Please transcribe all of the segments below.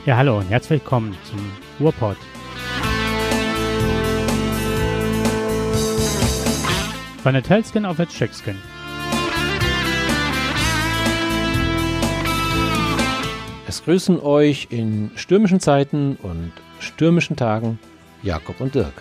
Ja, hallo und herzlich willkommen zum Ruhrpott. Von der Telskin auf der Chickskin. Es grüßen euch in stürmischen Zeiten und stürmischen Tagen Jakob und Dirk.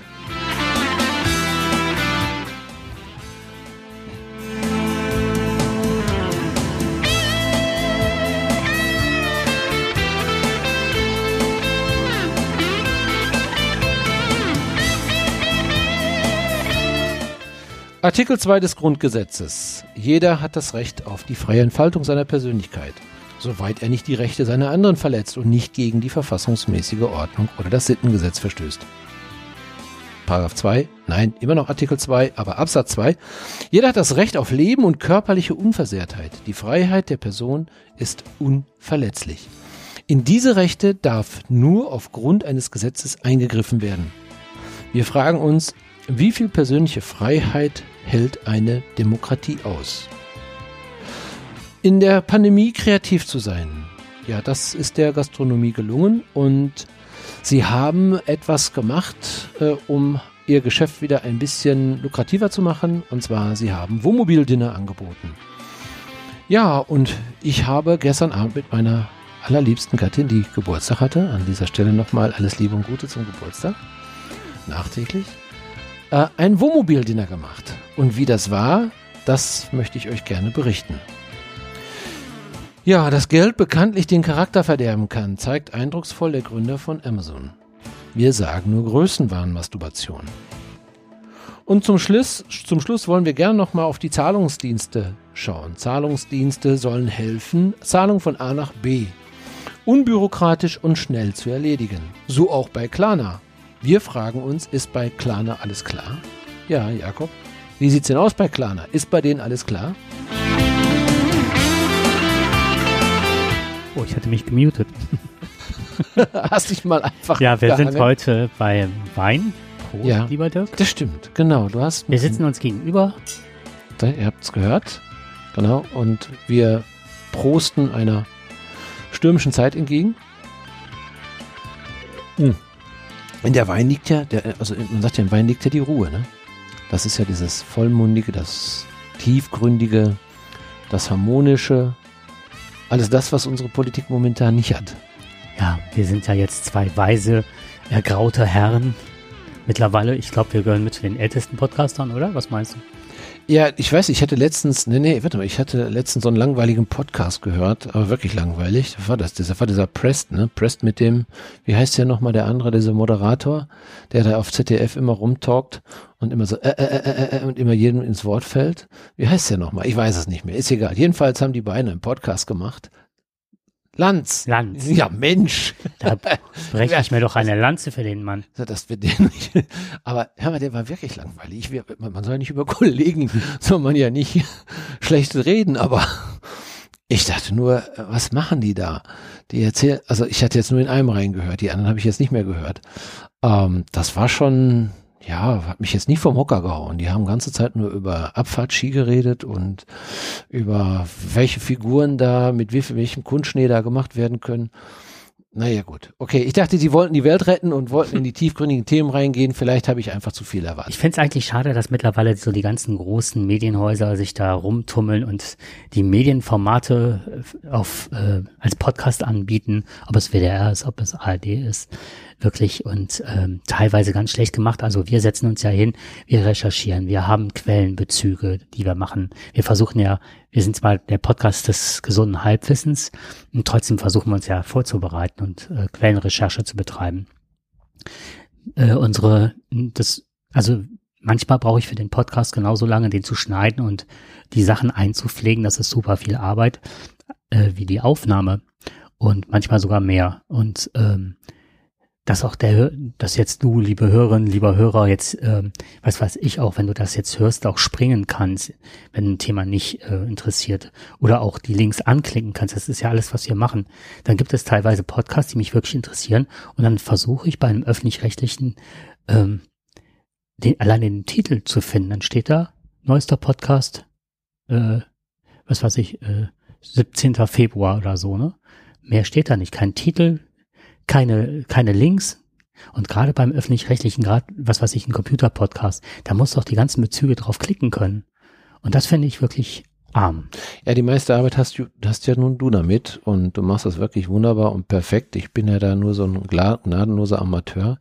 Artikel 2 des Grundgesetzes. Jeder hat das Recht auf die freie Entfaltung seiner Persönlichkeit, soweit er nicht die Rechte seiner anderen verletzt und nicht gegen die verfassungsmäßige Ordnung oder das Sittengesetz verstößt. Paragraph 2, nein, immer noch Artikel 2, aber Absatz 2. Jeder hat das Recht auf Leben und körperliche Unversehrtheit. Die Freiheit der Person ist unverletzlich. In diese Rechte darf nur aufgrund eines Gesetzes eingegriffen werden. Wir fragen uns, wie viel persönliche Freiheit hält eine Demokratie aus? In der Pandemie kreativ zu sein, ja, das ist der Gastronomie gelungen und sie haben etwas gemacht, um ihr Geschäft wieder ein bisschen lukrativer zu machen, und zwar sie haben Wohnmobil-Dinner angeboten. Ja, und ich habe gestern Abend mit meiner allerliebsten Gattin, die Geburtstag hatte, an dieser Stelle nochmal alles Liebe und Gute zum Geburtstag, nachträglich, ein Wohnmobil-Dinner gemacht. Und wie das war, das möchte ich euch gerne berichten. Ja, dass Geld bekanntlich den Charakter verderben kann, zeigt eindrucksvoll der Gründer von Amazon. Wir sagen nur Größenwahnmasturbation. Und zum Schluss wollen wir gerne nochmal auf die Zahlungsdienste schauen. Zahlungsdienste sollen helfen, Zahlung von A nach B unbürokratisch und schnell zu erledigen. So auch bei Klarna. Wir fragen uns, ist bei Klarna alles klar? Ja, Jakob, wie sieht's denn aus bei Klarna? Ist bei denen alles klar? Oh, ich hatte mich gemutet. Hast dich mal einfach Ja, wir gehangen. sind heute bei Wein. Prost, Ja, lieber Dirk. das stimmt, genau. Wir sitzen uns gegenüber. Ihr habt's gehört, genau. Und wir prosten einer stürmischen Zeit entgegen. In der Wein liegt ja, man sagt ja, im Wein liegt ja die Ruhe, ne? Das ist ja dieses Vollmundige, das Tiefgründige, das Harmonische, alles das, was unsere Politik momentan nicht hat. Ja, wir sind ja jetzt zwei weise, ergraute Herren. Mittlerweile, ich glaube, wir gehören mit zu den ältesten Podcastern, oder? Was meinst du? Ja, ich weiß, ich hatte letztens so einen langweiligen Podcast gehört, aber wirklich langweilig. Das war dieser Prest, ne? Prest mit dem, wie heißt der nochmal, der andere, dieser Moderator, der da auf ZDF immer rumtalkt und immer so und immer jedem ins Wort fällt. Wie heißt der nochmal? Ich weiß es nicht mehr, ist egal. Jedenfalls haben die beiden einen Podcast gemacht. Lanz. Ja, Mensch. Da breche ich mir doch eine Lanze für den Mann. Dass wir den nicht, aber hör mal, der war wirklich langweilig. Man soll nicht über Kollegen, soll man ja nicht schlecht reden, aber ich dachte nur, was machen die da? Die erzählen, also ich hatte jetzt nur in einem reingehört, die anderen habe ich jetzt nicht mehr gehört. Das war schon, ja, hat mich jetzt nicht vom Hocker gehauen. Die haben ganze Zeit nur über Abfahrtski geredet und über welche Figuren da, mit welchem Kunstschnee da gemacht werden können. Naja, gut. Okay, ich dachte, sie wollten die Welt retten und wollten in die tiefgründigen Themen reingehen. Vielleicht habe ich einfach zu viel erwartet. Ich finde es eigentlich schade, dass mittlerweile so die ganzen großen Medienhäuser sich da rumtummeln und die Medienformate als Podcast anbieten, ob es WDR ist, ob es ARD ist, wirklich und teilweise ganz schlecht gemacht. Also wir setzen uns ja hin, wir recherchieren, wir haben Quellenbezüge, die wir machen. Wir versuchen ja, wir sind zwar der Podcast des gesunden Halbwissens und trotzdem versuchen wir uns ja vorzubereiten und Quellenrecherche zu betreiben. Also manchmal brauche ich für den Podcast genauso lange, den zu schneiden und die Sachen einzupflegen. Das ist super viel Arbeit, wie die Aufnahme und manchmal sogar mehr. Und dass jetzt du, liebe Hörerinnen, lieber Hörer, jetzt, was weiß ich auch, wenn du das jetzt hörst, auch springen kannst, wenn ein Thema nicht interessiert oder auch die Links anklicken kannst, das ist ja alles, was wir machen. Dann gibt es teilweise Podcasts, die mich wirklich interessieren und dann versuche ich bei einem öffentlich-rechtlichen allein den Titel zu finden. Dann steht da, neuester Podcast, 17. Februar oder so, ne? Mehr steht da nicht, kein Titel, keine Links. Und gerade beim Öffentlich-Rechtlichen, gerade, was weiß ich, ein Computer-Podcast, da musst du auch die ganzen Bezüge drauf klicken können. Und das finde ich wirklich arm. Ja, die meiste Arbeit hast ja nun du damit und du machst das wirklich wunderbar und perfekt. Ich bin ja da nur so ein gnadenloser Amateur.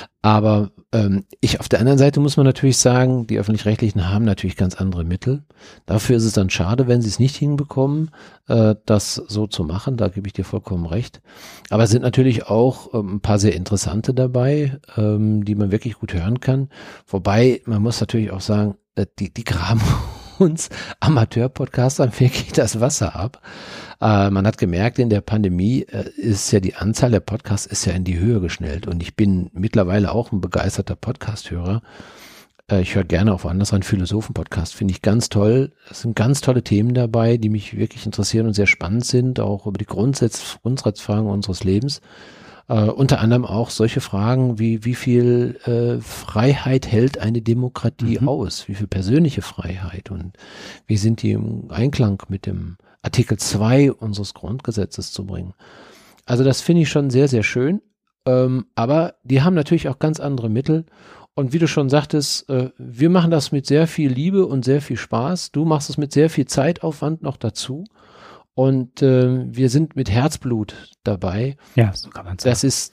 Aber auf der anderen Seite muss man natürlich sagen, die Öffentlich-Rechtlichen haben natürlich ganz andere Mittel. Dafür ist es dann schade, wenn sie es nicht hinbekommen, das so zu machen. Da gebe ich dir vollkommen recht. Aber es sind natürlich auch ein paar sehr interessante dabei, die man wirklich gut hören kann. Wobei, man muss natürlich auch sagen, die graben uns Amateur-Podcastern wirklich das Wasser ab. Man hat gemerkt, in der Pandemie ist ja die Anzahl der Podcasts ist ja in die Höhe geschnellt und ich bin mittlerweile auch ein begeisterter Podcast-Hörer. Ich höre gerne auf woanders rein, Philosophen-Podcast, finde ich ganz toll. Es sind ganz tolle Themen dabei, die mich wirklich interessieren und sehr spannend sind, auch über die Grundsatzfragen unseres Lebens. Unter anderem auch solche Fragen wie viel Freiheit hält eine Demokratie aus? Wie viel persönliche Freiheit? Und wie sind die im Einklang mit dem Artikel 2 unseres Grundgesetzes zu bringen? Also das finde ich schon sehr, sehr schön. Aber die haben natürlich auch ganz andere Mittel. Und wie du schon sagtest, wir machen das mit sehr viel Liebe und sehr viel Spaß. Du machst es mit sehr viel Zeitaufwand noch dazu. Und wir sind mit Herzblut dabei. Ja, so kann man sagen. Das ist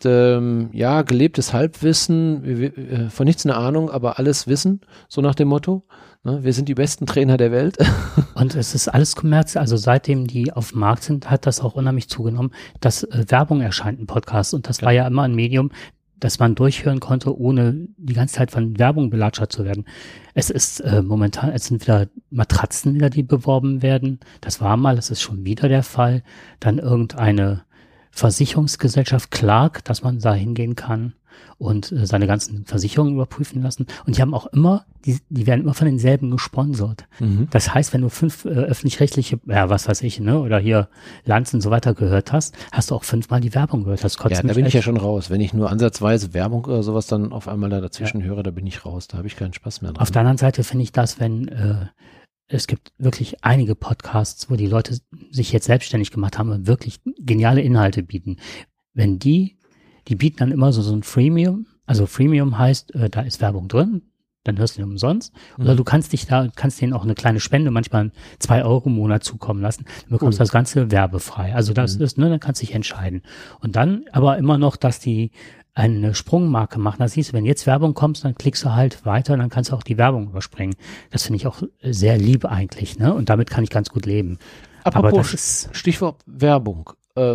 gelebtes Halbwissen, von nichts eine Ahnung, aber alles Wissen, so nach dem Motto. Ne? Wir sind die besten Trainer der Welt. Und es ist alles Kommerz. Also seitdem die auf dem Markt sind, hat das auch unheimlich zugenommen, dass Werbung erscheint im Podcast. Und das war ja immer ein Medium, dass man durchhören konnte, ohne die ganze Zeit von Werbung belatschert zu werden. Es ist momentan, es sind wieder Matratzen wieder, die beworben werden. Das war mal, das ist schon wieder der Fall. Dann irgendeine Versicherungsgesellschaft Clark, dass man da hingehen kann und seine ganzen Versicherungen überprüfen lassen. Und die haben auch immer, die werden immer von denselben gesponsert. Das heißt, wenn du 5 öffentlich-rechtliche, ja, was weiß ich, ne, oder hier Lanz und so weiter gehört hast, hast du auch 5-mal die Werbung gehört. Das ja, da bin ich ja schon raus. Wenn ich nur ansatzweise Werbung oder sowas dann auf einmal da dazwischen höre, da bin ich raus. Da habe ich keinen Spaß mehr dran. Auf der anderen Seite finde ich das, wenn es gibt wirklich einige Podcasts, wo die Leute sich jetzt selbstständig gemacht haben und wirklich geniale Inhalte bieten. Wenn die bieten dann immer so ein Freemium. Also Freemium heißt, da ist Werbung drin, dann hörst du ihn umsonst. Oder du kannst denen auch eine kleine Spende, manchmal 2 € im Monat zukommen lassen. Dann bekommst du das Ganze werbefrei. Also das ist, ne, dann kannst du dich entscheiden. Und dann aber immer noch, dass die eine Sprungmarke machen. Das siehst du, wenn jetzt Werbung kommt, dann klickst du halt weiter, dann kannst du auch die Werbung überspringen. Das finde ich auch sehr lieb eigentlich, ne? Und damit kann ich ganz gut leben. Apropos, aber das ist Stichwort Werbung.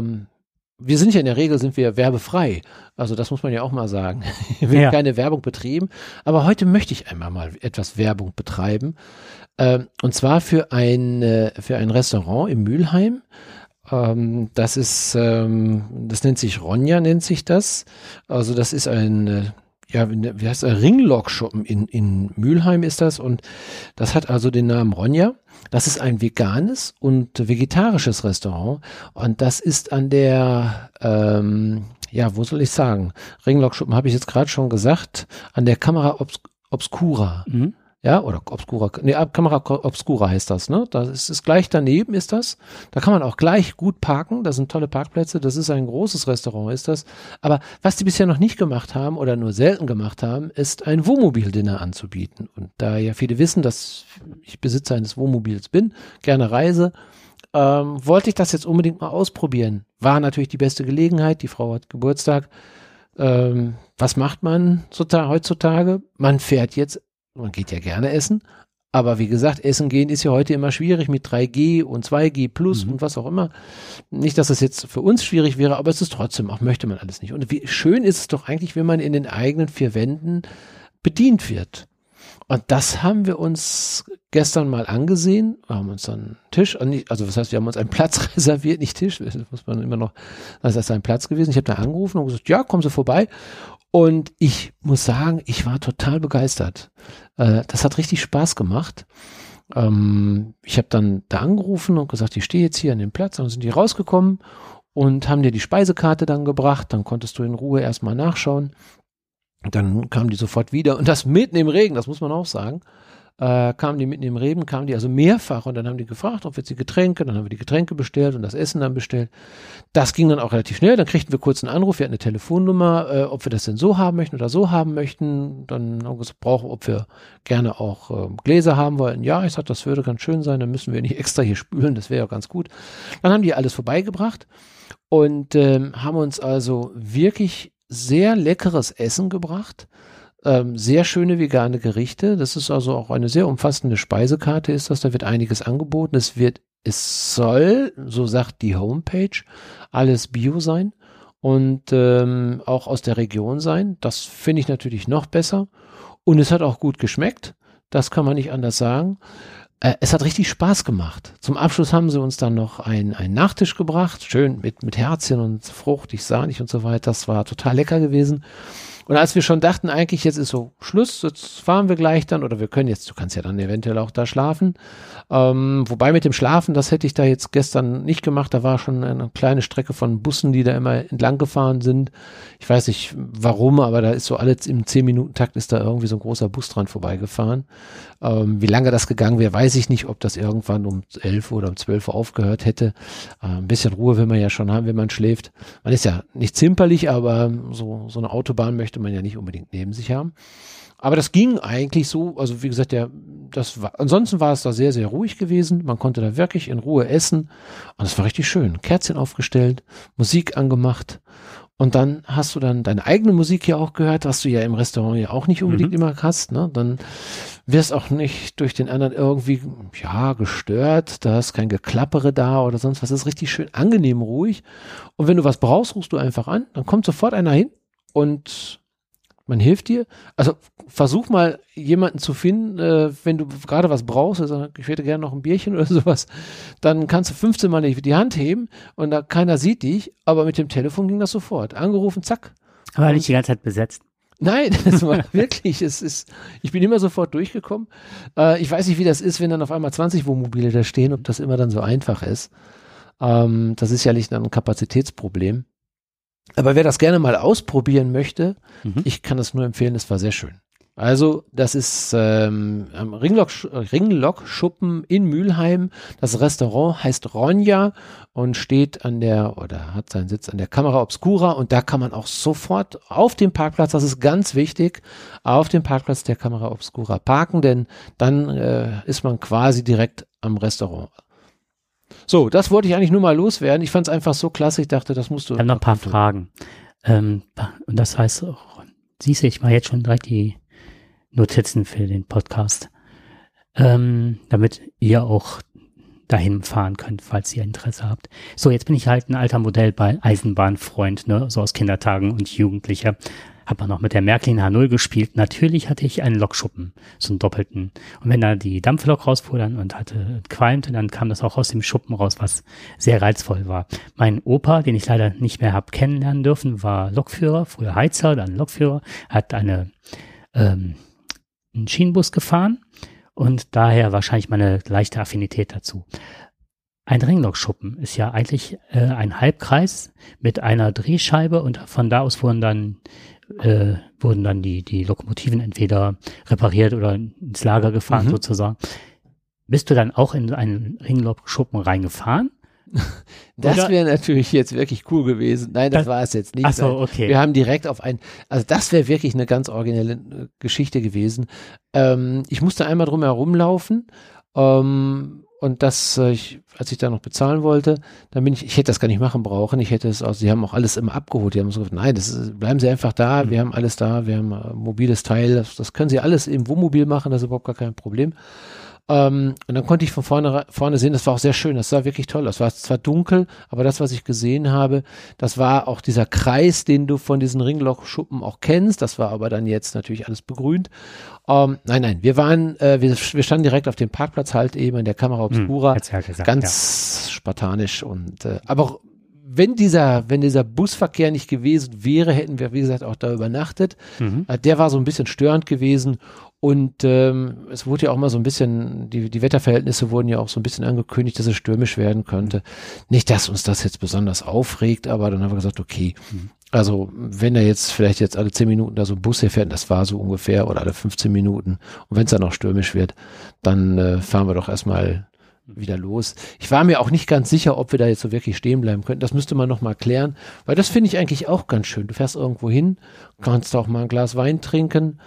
Wir sind ja in der Regel werbefrei. Also das muss man ja auch mal sagen. Wir haben keine Werbung betrieben. Aber heute möchte ich einmal mal etwas Werbung betreiben. Und zwar für ein Restaurant in Mülheim. Das nennt sich Ronja, nennt sich das. Also das ist ein Ringlock-Schuppen in Mülheim ist das und das hat also den Namen Ronja. Das ist ein veganes und vegetarisches Restaurant und das ist an der, wo soll ich sagen, Ringlock-Schuppen habe ich jetzt gerade schon gesagt, an der Camera Obscura. Ja, oder Obscura, Camera Obscura heißt das, ne? Das ist gleich daneben ist das. Da kann man auch gleich gut parken. Das sind tolle Parkplätze. Das ist ein großes Restaurant, ist das. Aber was die bisher noch nicht gemacht haben oder nur selten gemacht haben, ist ein Wohnmobil-Dinner anzubieten. Und da ja viele wissen, dass ich Besitzer eines Wohnmobils bin, gerne reise, wollte ich das jetzt unbedingt mal ausprobieren. War natürlich die beste Gelegenheit. Die Frau hat Geburtstag. Was macht man heutzutage? Man geht ja gerne essen, aber wie gesagt, essen gehen ist ja heute immer schwierig mit 3G und 2G plus und was auch immer. Nicht, dass das jetzt für uns schwierig wäre, aber es ist trotzdem, auch möchte man alles nicht. Und wie schön ist es doch eigentlich, wenn man in den eigenen 4 Wänden bedient wird. Und das haben wir uns gestern mal angesehen. Wir haben uns dann einen Tisch, also was heißt, wir haben uns einen Platz reserviert, nicht Tisch, das muss man immer noch, das ist ein Platz gewesen. Ich habe da angerufen und gesagt, ja, kommen Sie vorbei. Und ich muss sagen, ich war total begeistert. Das hat richtig Spaß gemacht. Ich habe dann da angerufen und gesagt, ich stehe jetzt hier an dem Platz. Dann sind die rausgekommen und haben dir die Speisekarte dann gebracht. Dann konntest du in Ruhe erstmal nachschauen. Dann kamen die sofort wieder und das mitten im Regen, das muss man auch sagen. kamen die mitten im Reden, kamen die also mehrfach und dann haben die gefragt, ob wir jetzt die Getränke, dann haben wir die Getränke bestellt und das Essen dann bestellt. Das ging dann auch relativ schnell, dann kriegten wir kurz einen Anruf, wir hatten eine Telefonnummer, ob wir das denn so haben möchten oder so haben möchten, dann haben wir gesagt, ob wir gerne auch Gläser haben wollten. Ja, ich sagte, das würde ganz schön sein, dann müssen wir nicht extra hier spülen, das wäre ja ganz gut. Dann haben die alles vorbeigebracht und haben uns also wirklich sehr leckeres Essen gebracht. Sehr schöne vegane Gerichte. Das ist also auch eine sehr umfassende Speisekarte ist das. Da wird einiges angeboten. Es soll, so sagt die Homepage, alles Bio sein und auch aus der Region sein. Das finde ich natürlich noch besser. Und es hat auch gut geschmeckt. Das kann man nicht anders sagen. Es hat richtig Spaß gemacht. Zum Abschluss haben sie uns dann noch einen Nachtisch gebracht. Schön mit Herzchen und fruchtig, sahnig und so weiter. Das war total lecker gewesen. Und als wir schon dachten, eigentlich jetzt ist so Schluss, jetzt fahren wir gleich dann oder wir können jetzt, du kannst ja dann eventuell auch da schlafen. Wobei mit dem Schlafen, das hätte ich da jetzt gestern nicht gemacht, da war schon eine kleine Strecke von Bussen, die da immer entlang gefahren sind. Ich weiß nicht warum, aber da ist so alles im 10-Minuten-Takt ist da irgendwie so ein großer Bus dran vorbeigefahren. Wie lange das gegangen wäre, weiß ich nicht, ob das irgendwann um 11 oder um 12 Uhr aufgehört hätte. Ein bisschen Ruhe will man ja schon haben, wenn man schläft. Man ist ja nicht zimperlich, aber so eine Autobahn möchte man ja nicht unbedingt neben sich haben. Aber das ging eigentlich so, also wie gesagt, ansonsten war es da sehr, sehr ruhig gewesen. Man konnte da wirklich in Ruhe essen und es war richtig schön. Kerzchen aufgestellt, Musik angemacht und dann hast du dann deine eigene Musik ja auch gehört, was du ja im Restaurant ja auch nicht unbedingt immer hast, ne? Dann wirst auch nicht durch den anderen irgendwie, ja, gestört, da ist kein Geklappere da oder sonst was. Das ist richtig schön angenehm ruhig und wenn du was brauchst, rufst du einfach an, dann kommt sofort einer hin und man hilft dir. Also versuch mal jemanden zu finden, wenn du gerade was brauchst, also ich hätte gerne noch ein Bierchen oder sowas, dann kannst du 15 Mal die Hand heben und da keiner sieht dich, aber mit dem Telefon ging das sofort. Angerufen, zack. Aber nicht die ganze Zeit besetzt. Nein, das war wirklich, ich bin immer sofort durchgekommen. Ich weiß nicht, wie das ist, wenn dann auf einmal 20 Wohnmobile da stehen, ob das immer dann so einfach ist. Das ist ja nicht ein Kapazitätsproblem. Aber wer das gerne mal ausprobieren möchte, ich kann das nur empfehlen, es war sehr schön. Also das ist am Ringlock-Schuppen in Mülheim. Das Restaurant heißt Ronja und steht hat seinen Sitz an der Camera Obscura und da kann man auch sofort auf dem Parkplatz, das ist ganz wichtig, auf dem Parkplatz der Camera Obscura parken, denn dann ist man quasi direkt am Restaurant. So, das wollte ich eigentlich nur mal loswerden. Ich fand es einfach so klasse, ich dachte, das musst du. Ich habe noch ein paar Fragen. Und das heißt, siehst du, ich mache jetzt schon direkt die Notizen für den Podcast, damit ihr auch dahin fahren könnt, falls ihr Interesse habt. So, jetzt bin ich halt ein alter Modell-Eisenbahnfreund, ne, so aus Kindertagen und Jugendlicher. Hab man noch mit der Märklin H0 gespielt. Natürlich hatte ich einen Lokschuppen, so einen doppelten. Und wenn da die Dampflok rausfuhr und qualmte, dann kam das auch aus dem Schuppen raus, was sehr reizvoll war. Mein Opa, den ich leider nicht mehr habe kennenlernen dürfen, war Lokführer, früher Heizer, dann Lokführer, hat einen Schienenbus gefahren und daher wahrscheinlich meine leichte Affinität dazu. Ein Ringlokschuppen ist ja eigentlich ein Halbkreis mit einer Drehscheibe und von da aus wurden dann die Lokomotiven entweder repariert oder ins Lager gefahren sozusagen. Bist du dann auch in einen Ringlokschuppen reingefahren? Das wäre natürlich jetzt wirklich cool gewesen. Nein, das war es jetzt nicht. Ach so, okay. Wir haben direkt also das wäre wirklich eine ganz originelle Geschichte gewesen. Ich musste einmal drum herum laufen, und als ich da noch bezahlen wollte, dann ich hätte das gar nicht machen brauchen. Sie haben auch alles immer abgeholt. Die haben so gesagt, nein, bleiben Sie einfach da, wir haben alles da, wir haben ein mobiles Teil, das können Sie alles im Wohnmobil machen, das ist überhaupt gar kein Problem. Und dann konnte ich von vorne sehen, das war auch sehr schön, das sah wirklich toll aus. Es war zwar dunkel, aber das, was ich gesehen habe, das war auch dieser Kreis, den du von diesen Ringlokschuppen auch kennst, das war aber dann jetzt natürlich alles begrünt. Nein, wir standen direkt auf dem Parkplatz halt eben in der Camera Obscura, ja gesagt, ganz spartanisch aber wenn dieser Busverkehr nicht gewesen wäre, hätten wir, wie gesagt, auch da übernachtet. Der war so ein bisschen störend gewesen. Und es wurde ja auch mal so ein bisschen, die Wetterverhältnisse wurden ja auch so ein bisschen angekündigt, dass es stürmisch werden könnte. Nicht, dass uns das jetzt besonders aufregt, aber dann haben wir gesagt, okay, also wenn da jetzt vielleicht jetzt alle 10 Minuten da so ein Bus hier fährt, das war so ungefähr, oder alle 15 Minuten, und wenn es dann auch stürmisch wird, dann fahren wir doch erstmal wieder los. Ich war mir auch nicht ganz sicher, ob wir da jetzt so wirklich stehen bleiben könnten. Das müsste man noch mal klären, weil das finde ich eigentlich auch ganz schön. Du fährst irgendwo hin, kannst auch mal ein Glas Wein trinken,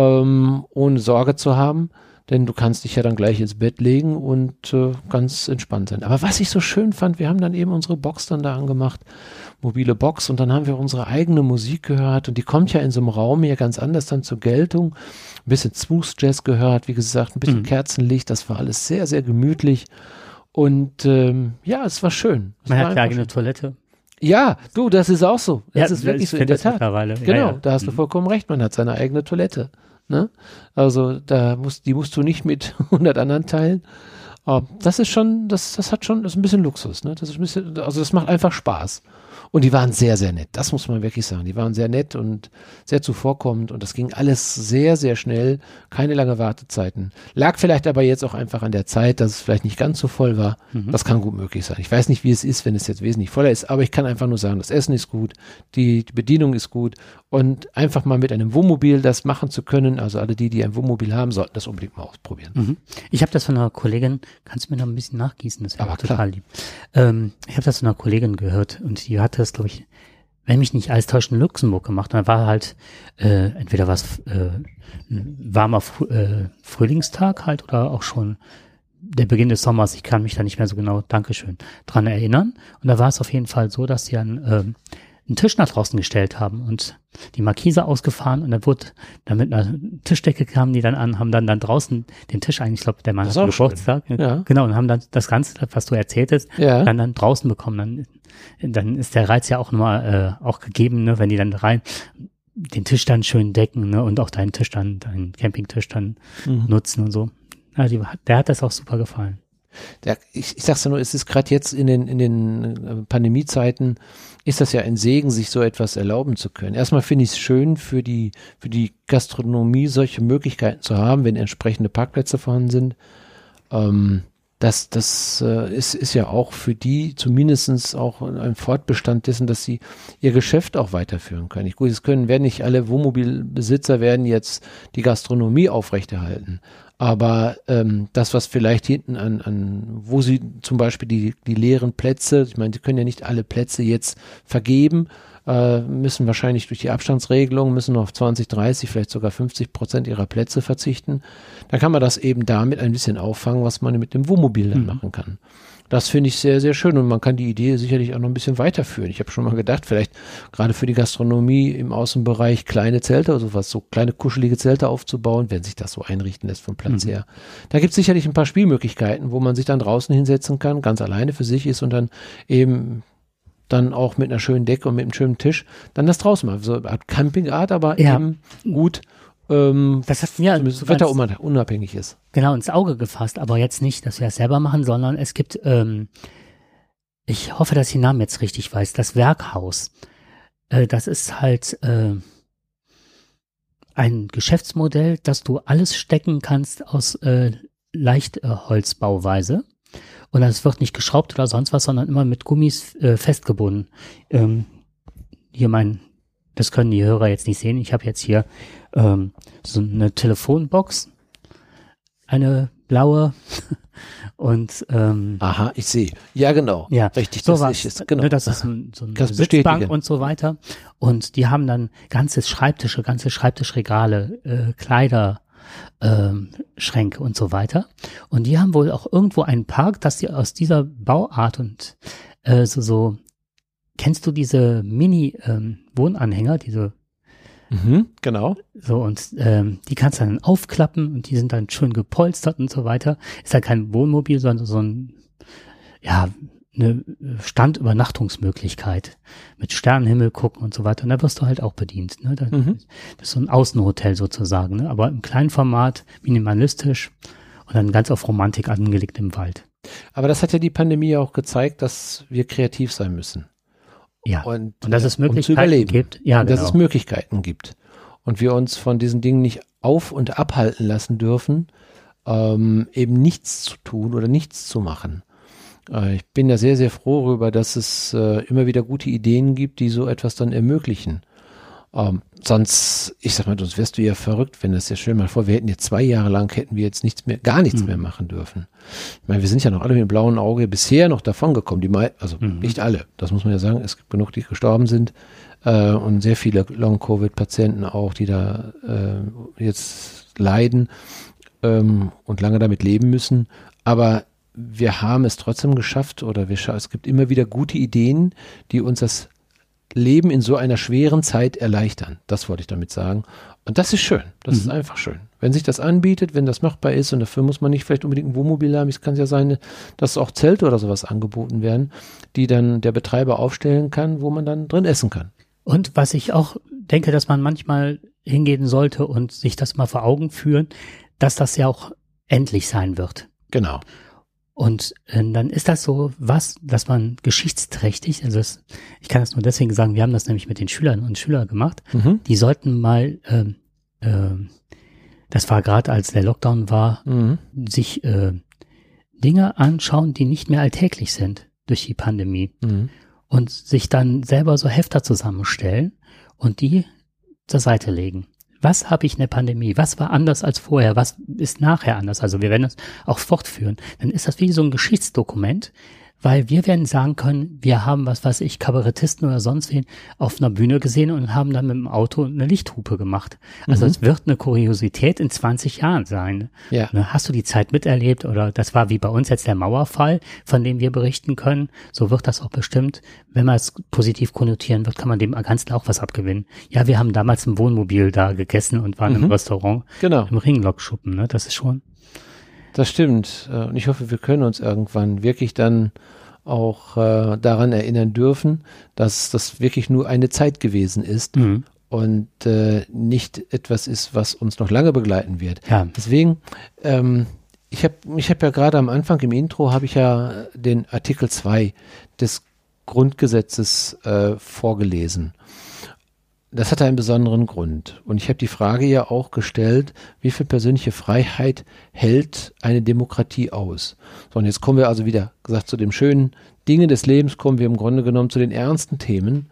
ohne Sorge zu haben, denn du kannst dich ja dann gleich ins Bett legen und ganz entspannt sein. Aber was ich so schön fand, wir haben dann eben unsere Box dann da angemacht, mobile Box, und dann haben wir unsere eigene Musik gehört, und die kommt ja in so einem Raum hier ganz anders dann zur Geltung. Ein bisschen Smooth Jazz gehört, wie gesagt, ein bisschen Kerzenlicht, das war alles sehr, sehr gemütlich, und ja, es war schön. Man hat eine eigene Toilette. Ja, du, das ist auch so. Das ist wirklich so, in der Tat. Genau, da hast du vollkommen recht, man hat seine eigene Toilette. Ne? Also die musst du nicht mit 100 anderen teilen. Das ist schon, das ist ein bisschen Luxus. Ne? Das ist ein bisschen, also das macht einfach Spaß. Und die waren sehr, sehr nett. Das muss man wirklich sagen. Die waren sehr nett und sehr zuvorkommend, und das ging alles sehr, sehr schnell. Keine lange Wartezeiten. Lag vielleicht aber jetzt auch einfach an der Zeit, dass es vielleicht nicht ganz so voll war. Das kann gut möglich sein. Ich weiß nicht, wie es ist, wenn es jetzt wesentlich voller ist, aber ich kann einfach nur sagen, das Essen ist gut, die Bedienung ist gut, und einfach mal mit einem Wohnmobil das machen zu können, also alle die ein Wohnmobil haben, sollten das unbedingt mal ausprobieren. Ich habe das von einer Kollegin, kannst du mir noch ein bisschen nachgießen? Das wäre total lieb. Ich habe das von einer Kollegin gehört, und die hatte das, glaube ich, wenn mich nicht alles täuscht, in Luxemburg gemacht. Und da war halt entweder was ein warmer Frühlingstag halt, oder auch schon der Beginn des Sommers. Ich kann mich da nicht mehr so genau, Dankeschön, dran erinnern. Und da war es auf jeden Fall so, dass sie einen Tisch nach draußen gestellt haben und die Markise ausgefahren, und dann wurde, dann mit einer Tischdecke kamen die dann an, haben dann draußen den Tisch eigentlich, ich glaube, der Mann hat Geburtstag, genau, und haben dann das Ganze, was du erzähltest, dann draußen bekommen. Dann ist der Reiz ja auch nochmal auch gegeben, ne, wenn die dann rein den Tisch dann schön decken, ne, und auch deinen Tisch dann, deinen Campingtisch dann nutzen und so. Ja, der hat das auch super gefallen. Ich sag's ja nur, es ist gerade jetzt in den Pandemiezeiten, ist das ja ein Segen, sich so etwas erlauben zu können. Erstmal finde ich es schön, für die Gastronomie solche Möglichkeiten zu haben, wenn entsprechende Parkplätze vorhanden sind. Das ist ja auch für die zumindest auch ein Fortbestand dessen, dass sie ihr Geschäft auch weiterführen können. Gut, werden nicht alle Wohnmobilbesitzer werden jetzt die Gastronomie aufrechterhalten. Aber das, was vielleicht hinten wo sie zum Beispiel die leeren Plätze, ich meine, sie können ja nicht alle Plätze jetzt vergeben, müssen wahrscheinlich durch die Abstandsregelung, müssen auf 20, 30, vielleicht sogar 50% ihrer Plätze verzichten. Dann kann man das eben damit ein bisschen auffangen, was man mit dem Wohnmobil dann machen kann. Das finde ich sehr, sehr schön, und man kann die Idee sicherlich auch noch ein bisschen weiterführen. Ich habe schon mal gedacht, vielleicht gerade für die Gastronomie im Außenbereich kleine Zelte oder sowas, so kleine kuschelige Zelte aufzubauen, wenn sich das so einrichten lässt vom Platz her. Da gibt es sicherlich ein paar Spielmöglichkeiten, wo man sich dann draußen hinsetzen kann, ganz alleine für sich ist, und dann eben dann auch mit einer schönen Decke und mit einem schönen Tisch dann das draußen macht. So eine Art Campingart, aber eben gut, das hat mir wetterunabhängig ist. Genau, ins Auge gefasst, aber jetzt nicht, dass wir das selber machen, sondern es gibt, ich hoffe, dass ich den Namen jetzt richtig weiß, das Werkhaus. Das ist halt ein Geschäftsmodell, dass du alles stecken kannst aus Leichtholzbauweise. Und das wird nicht geschraubt oder sonst was, sondern immer mit Gummis festgebunden. Hier das können die Hörer jetzt nicht sehen. Ich habe jetzt hier so eine Telefonbox, eine blaue und aha, ich sehe. Ja, genau. Ja, richtig. So das ist genau. Ne, das ist so eine Sitzbank und so weiter. Und die haben dann ganze Schreibtischregale, Kleider, Schränke und so weiter. Und die haben wohl auch irgendwo einen Park, dass sie aus dieser Bauart und kennst du diese Mini-Wohnanhänger, diese genau. So, und die kannst du dann aufklappen und die sind dann schön gepolstert und so weiter. Ist halt kein Wohnmobil, sondern so eine Standübernachtungsmöglichkeit mit Sternenhimmel gucken und so weiter. Und da wirst du halt auch bedient. Ne? Das ist so ein Außenhotel sozusagen, ne? Aber im kleinen Format, minimalistisch und dann ganz auf Romantik angelegt im Wald. Aber das hat ja die Pandemie auch gezeigt, dass wir kreativ sein müssen. Ja. Und dass es um zu Möglichkeiten überleben. gibt. Ja, Und dass genau. es Möglichkeiten gibt. Und wir uns von diesen Dingen nicht auf- und abhalten lassen dürfen, eben nichts zu tun oder nichts zu machen. Ich bin da sehr, sehr froh darüber, dass es immer wieder gute Ideen gibt, die so etwas dann ermöglichen. Sonst, ich sag mal, sonst wärst du ja verrückt, wenn das ja, stell dir mal vor, wir hätten jetzt 2 Jahre lang, hätten wir jetzt gar nichts mehr machen dürfen. Ich meine, wir sind ja noch alle mit dem blauen Auge bisher noch davon gekommen, nicht alle, das muss man ja sagen, es gibt genug, die gestorben sind, und sehr viele Long-Covid-Patienten auch, die da jetzt leiden und lange damit leben müssen, aber wir haben es trotzdem geschafft, es gibt immer wieder gute Ideen, die uns das Leben in so einer schweren Zeit erleichtern. Das wollte ich damit sagen. Und das ist schön. Das ist einfach schön. Wenn sich das anbietet, wenn das machbar ist, und dafür muss man nicht vielleicht unbedingt ein Wohnmobil haben, es kann ja sein, dass auch Zelte oder sowas angeboten werden, die dann der Betreiber aufstellen kann, wo man dann drin essen kann. Und was ich auch denke, dass man manchmal hingehen sollte und sich das mal vor Augen führen, dass das ja auch endlich sein wird. Genau. Und dann ist das so dass man geschichtsträchtig, also ich kann das nur deswegen sagen, wir haben das nämlich mit den Schülern und Schülern gemacht, die sollten mal, das war gerade als der Lockdown war, sich Dinge anschauen, die nicht mehr alltäglich sind durch die Pandemie und sich dann selber so Hefter zusammenstellen und die zur Seite legen. Was habe ich in der Pandemie? Was war anders als vorher? Was ist nachher anders? Also wir werden das auch fortführen. Dann ist das wie so ein Geschichtsdokument, weil wir werden sagen können, wir haben, was weiß ich, Kabarettisten oder sonst wen auf einer Bühne gesehen und haben dann mit dem Auto eine Lichthupe gemacht. Also es wird eine Kuriosität in 20 Jahren sein. Ja. Hast du die Zeit miterlebt oder das war wie bei uns jetzt der Mauerfall, von dem wir berichten können. So wird das auch bestimmt. Wenn man es positiv konnotieren wird, kann man dem Ganzen auch was abgewinnen. Ja, wir haben damals im Wohnmobil da gegessen und waren im Restaurant. Genau. Im Ringlockschuppen, ne? Das ist schon. Das stimmt. Und ich hoffe, wir können uns irgendwann wirklich dann auch daran erinnern dürfen, dass das wirklich nur eine Zeit gewesen ist und nicht etwas ist, was uns noch lange begleiten wird. Ja. Deswegen, ich hab ja gerade am Anfang im Intro, habe ich ja den Artikel 2 des Grundgesetzes vorgelesen. Das hat einen besonderen Grund. Und ich habe die Frage ja auch gestellt, wie viel persönliche Freiheit hält eine Demokratie aus? So, und jetzt kommen wir also wieder, gesagt, zu den schönen Dingen des Lebens, kommen wir im Grunde genommen zu den ernsten Themen,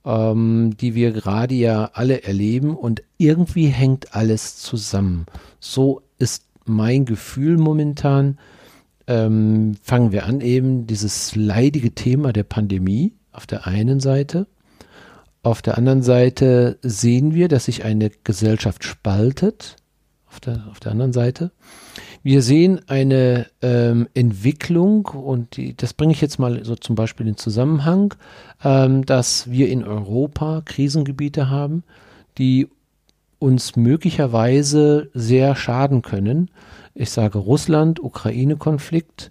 die wir gerade ja alle erleben. Und irgendwie hängt alles zusammen. So ist mein Gefühl momentan. Fangen wir an, eben dieses leidige Thema der Pandemie auf der einen Seite. Auf der anderen Seite sehen wir, dass sich eine Gesellschaft spaltet. Auf der anderen Seite. Wir sehen eine Entwicklung, und das bringe ich jetzt mal so zum Beispiel in Zusammenhang, dass wir in Europa Krisengebiete haben, die uns möglicherweise sehr schaden können. Ich sage Russland, Ukraine-Konflikt,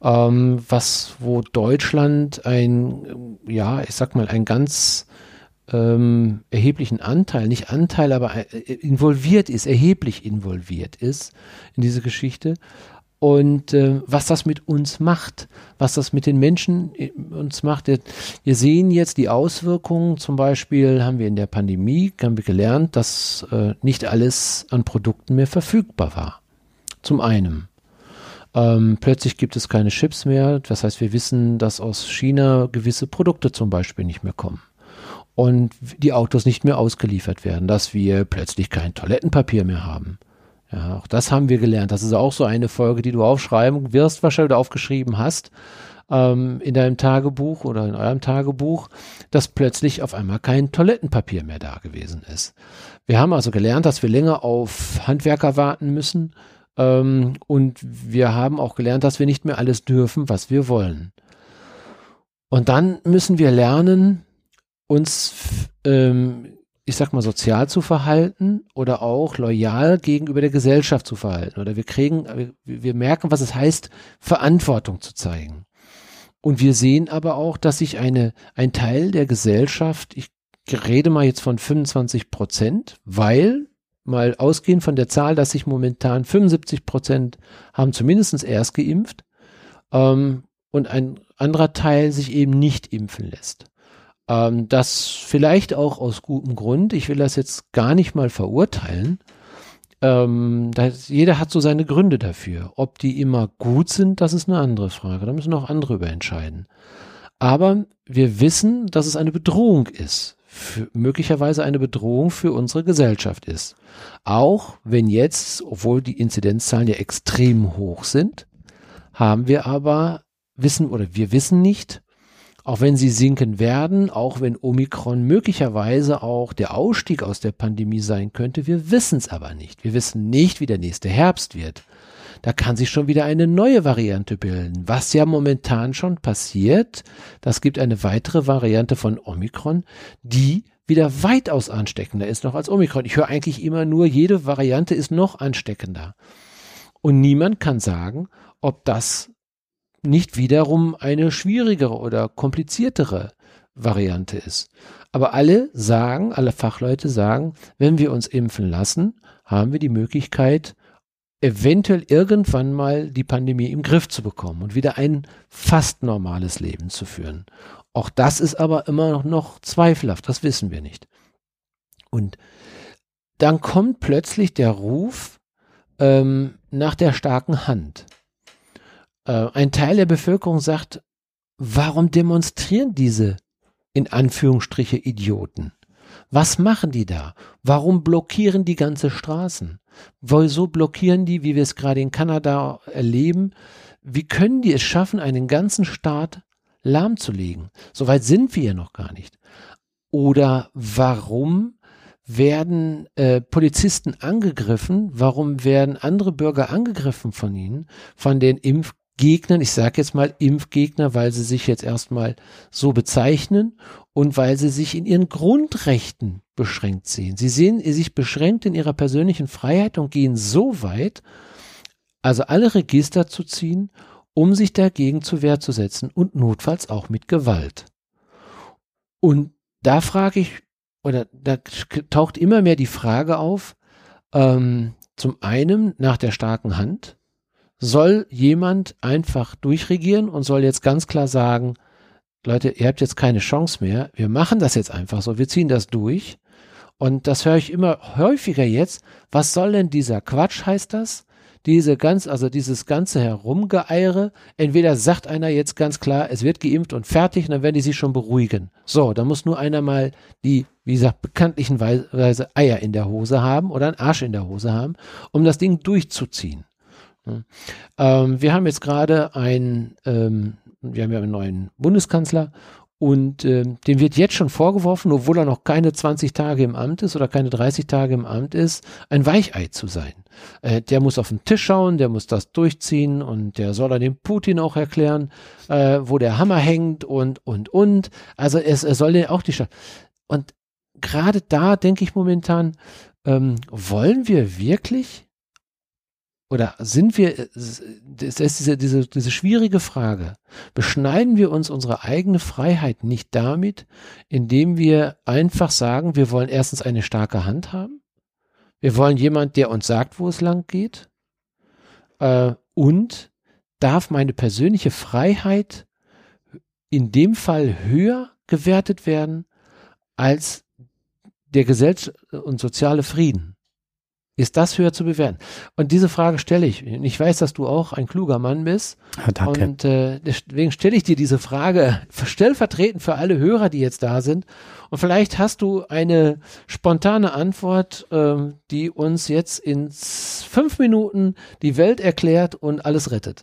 wo Deutschland einen ganz erheblichen Anteil, nicht Anteil, aber erheblich involviert ist in diese Geschichte. Und was das mit uns macht, was das mit den Menschen uns macht. Wir sehen jetzt die Auswirkungen, zum Beispiel haben wir in der Pandemie gelernt, dass nicht alles an Produkten mehr verfügbar war. Zum einen. Plötzlich gibt es keine Chips mehr, das heißt, wir wissen, dass aus China gewisse Produkte zum Beispiel nicht mehr kommen. Und die Autos nicht mehr ausgeliefert werden, dass wir plötzlich kein Toilettenpapier mehr haben. Ja, auch das haben wir gelernt. Das ist auch so eine Folge, die du aufschreiben wirst, wahrscheinlich oder aufgeschrieben hast, in deinem Tagebuch oder in eurem Tagebuch, dass plötzlich auf einmal kein Toilettenpapier mehr da gewesen ist. Wir haben also gelernt, dass wir länger auf Handwerker warten müssen, und wir haben auch gelernt, dass wir nicht mehr alles dürfen, was wir wollen. Und dann müssen wir lernen, uns, sozial zu verhalten oder auch loyal gegenüber der Gesellschaft zu verhalten. Oder wir merken, was es heißt, Verantwortung zu zeigen. Und wir sehen aber auch, dass sich ein Teil der Gesellschaft, ich rede mal jetzt von 25%, weil mal ausgehend von der Zahl, dass sich momentan 75% haben zumindest erst geimpft, und ein anderer Teil sich eben nicht impfen lässt. Das vielleicht auch aus gutem Grund. Ich will das jetzt gar nicht mal verurteilen. Jeder hat so seine Gründe dafür. Ob die immer gut sind, das ist eine andere Frage. Da müssen auch andere über entscheiden. Aber wir wissen, dass es eine Bedrohung ist. Möglicherweise eine Bedrohung für unsere Gesellschaft ist. Auch wenn jetzt, obwohl die Inzidenzzahlen ja extrem hoch sind, wir wissen nicht, auch wenn sie sinken werden, auch wenn Omikron möglicherweise auch der Ausstieg aus der Pandemie sein könnte, wir wissen es aber nicht. Wir wissen nicht, wie der nächste Herbst wird. Da kann sich schon wieder eine neue Variante bilden, was ja momentan schon passiert. Das gibt eine weitere Variante von Omikron, die wieder weitaus ansteckender ist noch als Omikron. Ich höre eigentlich immer nur, jede Variante ist noch ansteckender. Und niemand kann sagen, ob das nicht wiederum eine schwierigere oder kompliziertere Variante ist. Aber alle Fachleute sagen, wenn wir uns impfen lassen, haben wir die Möglichkeit, eventuell irgendwann mal die Pandemie im Griff zu bekommen und wieder ein fast normales Leben zu führen. Auch das ist aber immer noch zweifelhaft, das wissen wir nicht. Und dann kommt plötzlich der Ruf nach der starken Hand. Ein Teil der Bevölkerung sagt, warum demonstrieren diese, in Anführungsstriche, Idioten? Was machen die da? Warum blockieren die ganze Straßen? Wieso blockieren die, wie wir es gerade in Kanada erleben? Wie können die es schaffen, einen ganzen Staat lahmzulegen? Soweit sind wir ja noch gar nicht. Oder warum werden Polizisten angegriffen? Warum werden andere Bürger angegriffen von ihnen, von den Impfgegnern? Ich sage jetzt mal Impfgegner, weil sie sich jetzt erstmal so bezeichnen und weil sie sich in ihren Grundrechten beschränkt sehen. Sie sehen sich beschränkt in ihrer persönlichen Freiheit und gehen so weit, also alle Register zu ziehen, um sich dagegen zur Wehr zu setzen und notfalls auch mit Gewalt. Und da frage ich, oder da taucht immer mehr die Frage auf, zum einen nach der starken Hand, soll jemand einfach durchregieren und soll jetzt ganz klar sagen, Leute, ihr habt jetzt keine Chance mehr, wir machen das jetzt einfach so, wir ziehen das durch. Und das höre ich immer häufiger jetzt. Was soll denn dieser Quatsch, heißt das? Dieses ganze Herumgeeiere. Entweder sagt einer jetzt ganz klar, es wird geimpft und fertig, und dann werden die sich schon beruhigen. So, da muss nur einer mal die, wie gesagt, bekanntlichenweise Eier in der Hose haben oder einen Arsch in der Hose haben, um das Ding durchzuziehen. Wir haben jetzt gerade einen neuen Bundeskanzler und dem wird jetzt schon vorgeworfen, obwohl er noch keine 20 Tage im Amt ist oder keine 30 Tage im Amt ist, ein Weichei zu sein. Der muss auf den Tisch schauen, der muss das durchziehen und der soll er dem Putin auch erklären, wo der Hammer hängt und. Also er soll den auch die Und gerade da denke ich momentan, wollen wir wirklich oder sind wir, das ist diese schwierige Frage, beschneiden wir uns unsere eigene Freiheit nicht damit, indem wir einfach sagen, wir wollen erstens eine starke Hand haben, wir wollen jemand, der uns sagt, wo es lang geht, und darf meine persönliche Freiheit in dem Fall höher gewertet werden als der Gesellschaft und soziale Frieden? Ist das höher zu bewerten? Und diese Frage stelle ich. Ich weiß, dass du auch ein kluger Mann bist. Ja, danke. Und deswegen stelle ich dir diese Frage stellvertretend für alle Hörer, die jetzt da sind. Und vielleicht hast du eine spontane Antwort, die uns jetzt in 5 Minuten die Welt erklärt und alles rettet.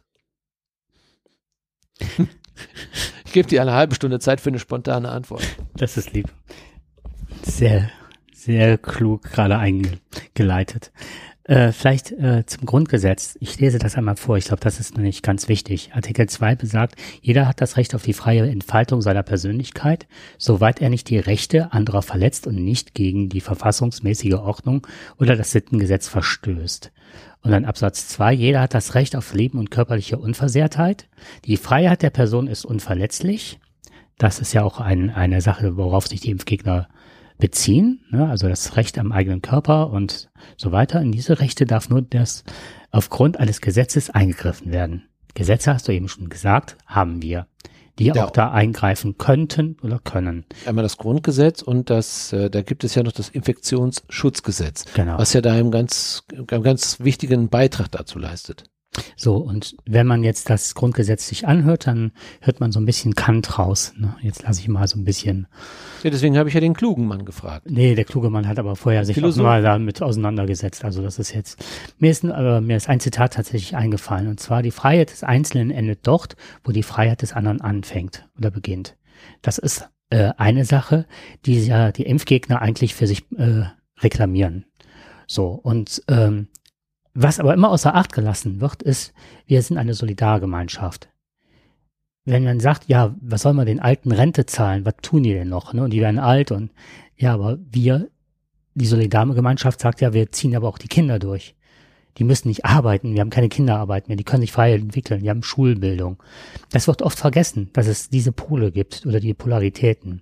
Ich gebe dir eine halbe Stunde Zeit für eine spontane Antwort. Das ist lieb. Sehr sehr klug gerade eingeleitet. Vielleicht zum Grundgesetz. Ich lese das einmal vor. Ich glaube, das ist nämlich ganz wichtig. Artikel 2 besagt, jeder hat das Recht auf die freie Entfaltung seiner Persönlichkeit, soweit er nicht die Rechte anderer verletzt und nicht gegen die verfassungsmäßige Ordnung oder das Sittengesetz verstößt. Und dann Absatz 2, jeder hat das Recht auf Leben und körperliche Unversehrtheit. Die Freiheit der Person ist unverletzlich. Das ist ja auch eine Sache, worauf sich die Impfgegner beziehen, ne? Also das Recht am eigenen Körper und so weiter. In diese Rechte darf nur aufgrund eines Gesetzes eingegriffen werden. Gesetze, hast du eben schon gesagt, haben wir. die auch da eingreifen könnten oder können. Einmal das Grundgesetz und da gibt es ja noch das Infektionsschutzgesetz, Genau. was ja da einen ganz wichtigen Beitrag dazu leistet. So, und wenn man jetzt das Grundgesetz sich anhört, dann hört man so ein bisschen Kant raus. Ne? Jetzt lasse ich mal so ein bisschen. Ja, deswegen habe ich ja den klugen Mann gefragt. Nee, der kluge Mann hat aber vorher sich auch mal damit auseinandergesetzt. Also das ist jetzt, mir ist ein Zitat tatsächlich eingefallen. Und zwar: Die Freiheit des Einzelnen endet dort, wo die Freiheit des anderen anfängt oder beginnt. Das ist eine Sache, die ja die Impfgegner eigentlich für sich reklamieren. So, und was aber immer außer Acht gelassen wird, ist, wir sind eine Solidargemeinschaft. Wenn man sagt, ja, was soll man den Alten Rente zahlen, was tun die denn noch? Ne? Und die werden alt und ja, aber die Solidargemeinschaft sagt ja, wir ziehen aber auch die Kinder durch. Die müssen nicht arbeiten, wir haben keine Kinderarbeit mehr, die können sich frei entwickeln, die haben Schulbildung. Das wird oft vergessen, dass es diese Pole gibt oder die Polaritäten.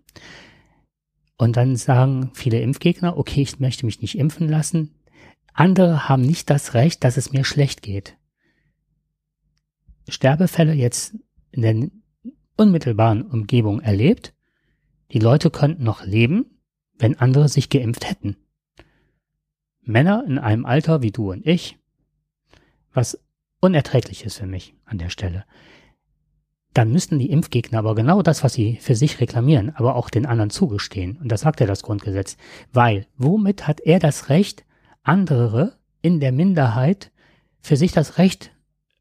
Und dann sagen viele Impfgegner, okay, ich möchte mich nicht impfen lassen. Andere haben nicht das Recht, dass es mir schlecht geht. Sterbefälle jetzt in der unmittelbaren Umgebung erlebt. Die Leute könnten noch leben, wenn andere sich geimpft hätten. Männer in einem Alter wie du und ich, was unerträglich ist für mich an der Stelle. Dann müssten die Impfgegner aber genau das, was sie für sich reklamieren, aber auch den anderen zugestehen. Und das sagt ja das Grundgesetz. Weil, womit hat er das Recht, andere in der Minderheit für sich das Recht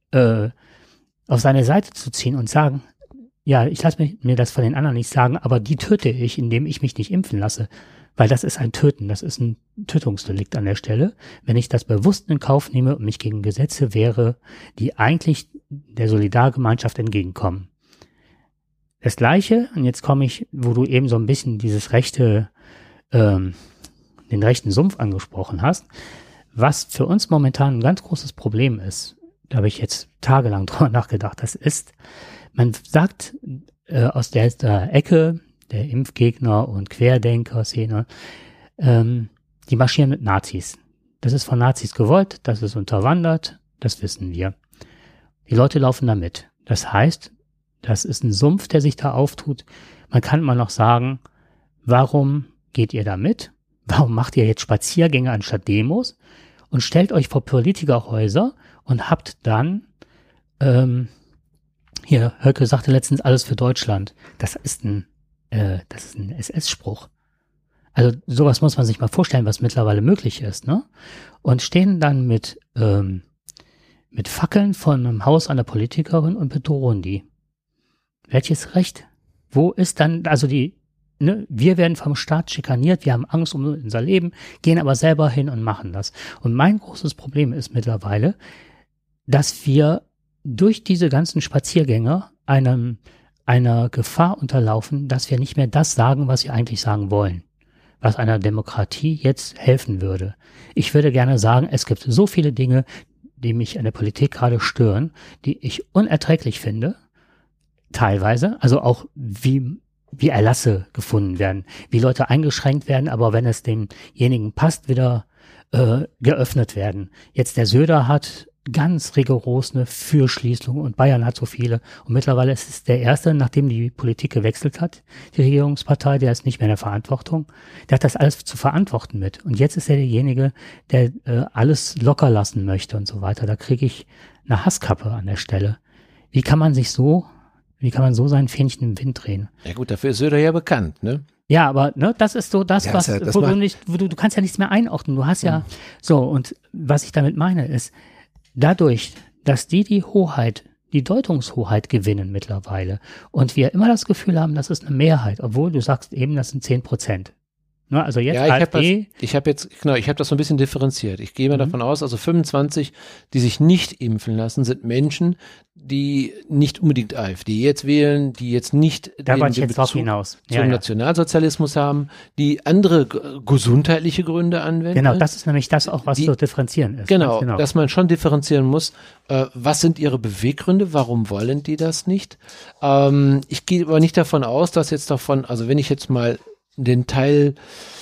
auf seine Seite zu ziehen und sagen, ja, ich lasse mir das von den anderen nicht sagen, aber die töte ich, indem ich mich nicht impfen lasse. Weil das ist ein Töten, das ist ein Tötungsdelikt an der Stelle. Wenn ich das bewusst in Kauf nehme und mich gegen Gesetze wehre, die eigentlich der Solidargemeinschaft entgegenkommen. Das Gleiche, und jetzt komme ich, wo du eben so ein bisschen dieses den rechten Sumpf angesprochen hast, was für uns momentan ein ganz großes Problem ist, da habe ich jetzt tagelang drüber nachgedacht, das ist, man sagt aus der Ecke der Impfgegner und Querdenker-Szene, die marschieren mit Nazis. Das ist von Nazis gewollt, das ist unterwandert, das wissen wir. Die Leute laufen da mit. Das heißt, das ist ein Sumpf, der sich da auftut. Man kann immer noch sagen, warum geht ihr da mit? Warum macht ihr jetzt Spaziergänge anstatt Demos? Und stellt euch vor Politikerhäuser und habt dann, hier, Höcke sagte letztens, alles für Deutschland. Das ist ein SS-Spruch. Also sowas muss man sich mal vorstellen, was mittlerweile möglich ist, ne? Und stehen dann mit Fackeln von einem Haus einer Politikerin und bedrohen die. Welches Recht? Wo ist dann, also wir werden vom Staat schikaniert, wir haben Angst um unser Leben, gehen aber selber hin und machen das. Und mein großes Problem ist mittlerweile, dass wir durch diese ganzen Spaziergänge einer Gefahr unterlaufen, dass wir nicht mehr das sagen, was wir eigentlich sagen wollen, was einer Demokratie jetzt helfen würde. Ich würde gerne sagen, es gibt so viele Dinge, die mich an der Politik gerade stören, die ich unerträglich finde, teilweise, also auch wie Erlasse gefunden werden, wie Leute eingeschränkt werden, aber wenn es demjenigen passt, wieder geöffnet werden. Jetzt der Söder hat ganz rigoros eine Fürschließung und Bayern hat so viele. Und mittlerweile ist es der Erste, nachdem die Politik gewechselt hat, die Regierungspartei, der ist nicht mehr in der Verantwortung. Der hat das alles zu verantworten mit. Und jetzt ist er derjenige, der alles locker lassen möchte und so weiter. Da kriege ich eine Hasskappe an der Stelle. Wie kann man so sein Fähnchen im Wind drehen? Ja gut, dafür ist Söder ja bekannt, ne? Ja, aber ne, das ist so das, ja, du kannst ja nichts mehr einordnen. Du hast ja so, und was ich damit meine ist, dadurch, dass die Hoheit, die Deutungshoheit gewinnen mittlerweile und wir immer das Gefühl haben, das ist eine Mehrheit, obwohl du sagst eben, das sind 10%. Ne, also jetzt AfD. Ich habe das so ein bisschen differenziert. Ich gehe mal davon aus, also 25, die sich nicht impfen lassen, sind Menschen, die nicht unbedingt AfD jetzt wählen, die jetzt nicht da den Bezug zum Nationalsozialismus haben, die andere gesundheitliche Gründe anwenden. Genau, das ist nämlich das auch, was zu differenzieren ist. Genau, dass man schon differenzieren muss, was sind ihre Beweggründe, warum wollen die das nicht? Ich gehe aber nicht davon aus, dass jetzt also wenn ich jetzt mal den Teil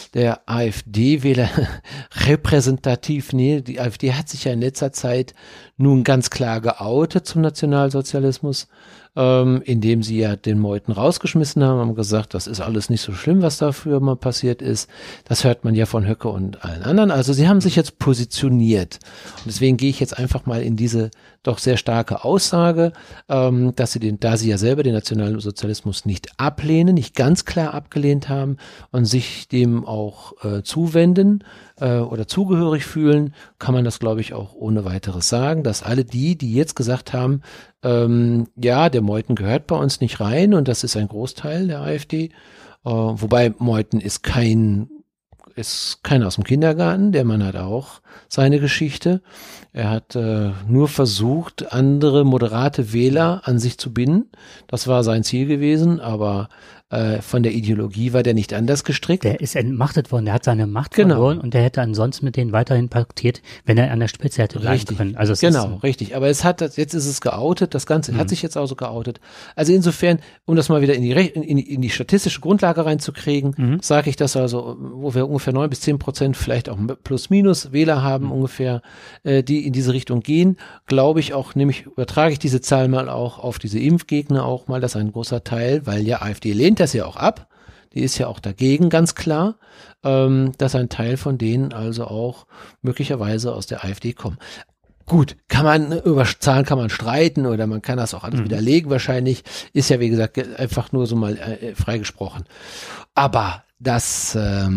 der AfD-Wähler repräsentativ, nee, die AfD hat sich ja in letzter Zeit nun ganz klar geoutet zum Nationalsozialismus, indem sie ja den Meuthen rausgeschmissen haben gesagt, das ist alles nicht so schlimm, was da früher mal passiert ist. Das hört man ja von Höcke und allen anderen. Also sie haben sich jetzt positioniert. Und deswegen gehe ich jetzt einfach mal in diese doch sehr starke Aussage, dass sie da sie ja selber den Nationalsozialismus nicht ablehnen, nicht ganz klar abgelehnt haben und sich dem auch zuwenden oder zugehörig fühlen, kann man das, glaube ich, auch ohne weiteres sagen, dass alle die jetzt gesagt haben, ja, der Meuthen gehört bei uns nicht rein und das ist ein Großteil der AfD, wobei Meuthen ist keiner aus dem Kindergarten, der Mann hat auch seine Geschichte. Er hat nur versucht, andere moderate Wähler an sich zu binden. Das war sein Ziel gewesen, aber von der Ideologie war der nicht anders gestrickt. Der ist entmachtet worden, der hat seine Macht verloren und der hätte ansonsten mit denen weiterhin paktiert, wenn er an der Spitze hätte bleiben können. Also richtig. Aber jetzt ist es geoutet, das Ganze hat sich jetzt auch so geoutet. Also insofern, um das mal wieder in die statistische Grundlage reinzukriegen, sage ich das also, wo wir ungefähr 9-10%, vielleicht auch plus minus Wähler haben ungefähr, die in diese Richtung gehen, glaube ich auch, nämlich übertrage ich diese Zahl mal auch auf diese Impfgegner auch mal, dass ein großer Teil, weil ja AfD lehnt das ja auch ab, die ist ja auch dagegen ganz klar, dass ein Teil von denen also auch möglicherweise aus der AfD kommen. Gut, über Zahlen kann man streiten oder man kann das auch alles widerlegen wahrscheinlich, ist ja wie gesagt einfach nur so mal freigesprochen. Aber das,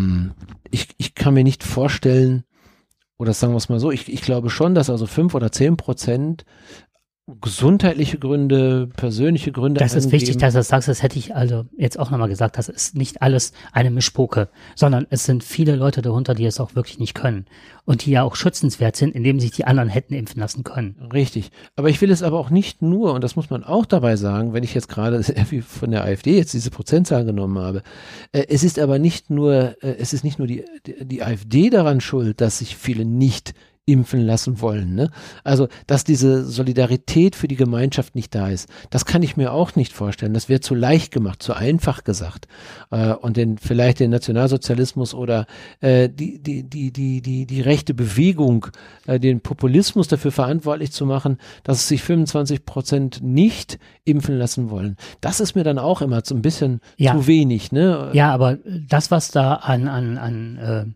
ich kann mir nicht vorstellen, oder sagen wir es mal so, ich glaube schon, dass also 5 oder 10% gesundheitliche Gründe, persönliche Gründe Das ist wichtig, dass du das sagst, das hätte ich also jetzt auch nochmal gesagt, das ist nicht alles eine Mischpoke, sondern es sind viele Leute darunter, die es auch wirklich nicht können und die ja auch schützenswert sind, indem sich die anderen hätten impfen lassen können. Richtig, aber ich will es aber auch nicht nur, und das muss man auch dabei sagen, wenn ich jetzt gerade von der AfD jetzt diese Prozentzahl genommen habe, es ist nicht nur die AfD daran schuld, dass sich viele nicht impfen lassen wollen, ne? Also, dass diese Solidarität für die Gemeinschaft nicht da ist, das kann ich mir auch nicht vorstellen. Das wäre zu leicht gemacht, zu einfach gesagt. Und vielleicht den Nationalsozialismus oder die rechte Bewegung, den Populismus dafür verantwortlich zu machen, dass sich 25% nicht impfen lassen wollen. Das ist mir dann auch immer so ein bisschen zu wenig, ne? Ja, aber das, was da an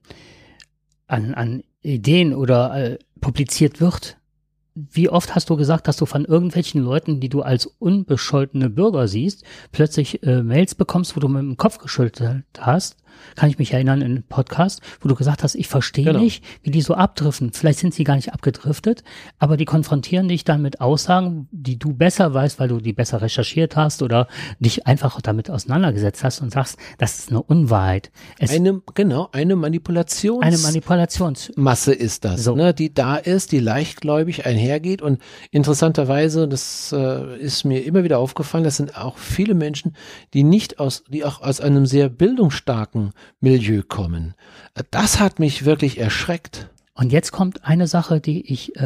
Ideen oder publiziert wird. Wie oft hast du gesagt, dass du von irgendwelchen Leuten, die du als unbescholtene Bürger siehst, plötzlich Mails bekommst, wo du mit dem Kopf geschüttelt hast? Kann ich mich erinnern in einem Podcast, wo du gesagt hast, ich verstehe nicht, wie die so abdriften. Vielleicht sind sie gar nicht abgedriftet, aber die konfrontieren dich dann mit Aussagen, die du besser weißt, weil du die besser recherchiert hast oder dich einfach damit auseinandergesetzt hast und sagst, das ist eine Unwahrheit. Eine Manipulationsmasse ist das, so. Ne, die da ist, die leichtgläubig einhergeht und interessanterweise, das ist mir immer wieder aufgefallen, das sind auch viele Menschen, die auch aus einem sehr bildungsstarken Milieu kommen. Das hat mich wirklich erschreckt. Und jetzt kommt eine Sache, die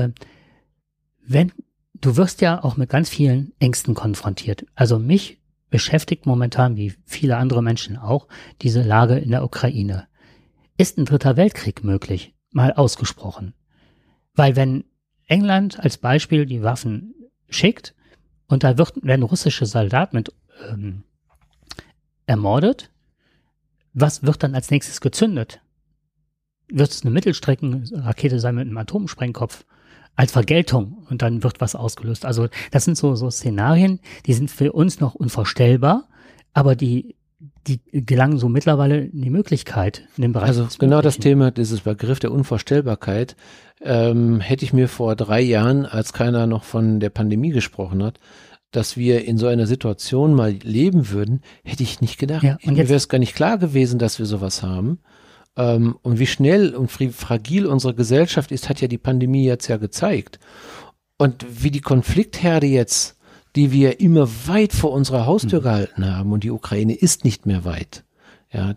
du wirst ja auch mit ganz vielen Ängsten konfrontiert. Also mich beschäftigt momentan, wie viele andere Menschen auch, diese Lage in der Ukraine. Ist ein dritter Weltkrieg möglich? Mal ausgesprochen. Weil wenn England als Beispiel die Waffen schickt und da werden russische Soldaten mit ermordet, was wird dann als nächstes gezündet? Wird es eine Mittelstreckenrakete sein mit einem Atomsprengkopf? Als Vergeltung und dann wird was ausgelöst. Also das sind so Szenarien, die sind für uns noch unvorstellbar, aber die gelangen so mittlerweile in die Möglichkeit in dem Bereich. Also genau das Thema, dieses Begriff der Unvorstellbarkeit, hätte ich mir vor 3 Jahren, als keiner noch von der Pandemie gesprochen hat, dass wir in so einer Situation mal leben würden, hätte ich nicht gedacht. Ja, mir wäre es gar nicht klar gewesen, dass wir sowas haben. Und wie schnell und fragil unsere Gesellschaft ist, hat ja die Pandemie jetzt ja gezeigt. Und wie die Konfliktherde jetzt, die wir immer weit vor unserer Haustür gehalten haben, und die Ukraine ist nicht mehr weit. Ja,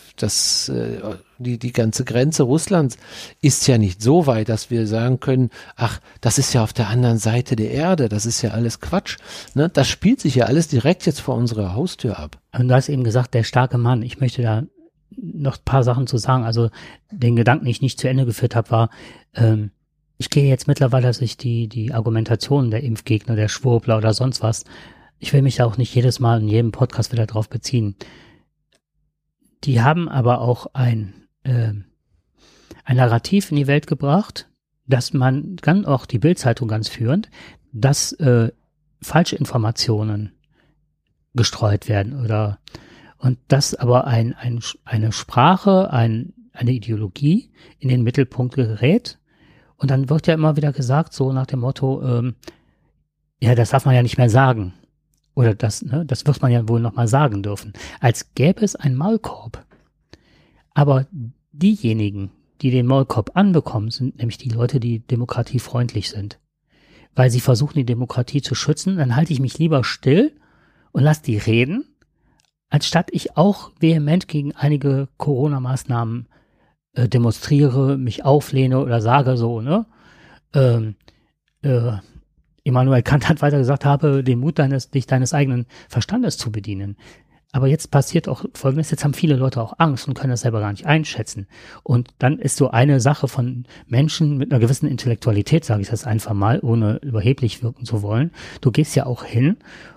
die ganze Grenze Russlands ist ja nicht so weit, dass wir sagen können, ach, das ist ja auf der anderen Seite der Erde, das ist ja alles Quatsch. Ne? Das spielt sich ja alles direkt jetzt vor unserer Haustür ab. Und du hast eben gesagt, der starke Mann. Ich möchte da noch ein paar Sachen zu sagen. Also den Gedanken, den ich nicht zu Ende geführt habe, war, ich gehe jetzt mittlerweile, dass ich die Argumentationen der Impfgegner, der Schwurbler oder sonst was, ich will mich da auch nicht jedes Mal in jedem Podcast wieder drauf beziehen. Die haben aber auch ein Narrativ in die Welt gebracht, dass man, kann auch die Bild-Zeitung ganz führend, dass falsche Informationen gestreut werden und dass aber eine Sprache, eine Ideologie in den Mittelpunkt gerät. Und dann wird ja immer wieder gesagt, so nach dem Motto, ja, das darf man ja nicht mehr sagen. Oder das wird man ja wohl nochmal sagen dürfen. Als gäbe es einen Maulkorb. Aber diejenigen, die den Maulkorb anbekommen, sind nämlich die Leute, die demokratiefreundlich sind. Weil sie versuchen, die Demokratie zu schützen, dann halte ich mich lieber still und lasse die reden, anstatt ich auch vehement gegen einige Corona-Maßnahmen demonstriere, mich auflehne oder sage so, ne? Immanuel Kant hat weiter gesagt, habe den Mut dich deines eigenen Verstandes zu bedienen. Aber jetzt passiert auch Folgendes, jetzt haben viele Leute auch Angst und können das selber gar nicht einschätzen. Und dann ist so eine Sache von Menschen mit einer gewissen Intellektualität, sage ich das einfach mal, ohne überheblich wirken zu wollen. Du gehst ja auch hin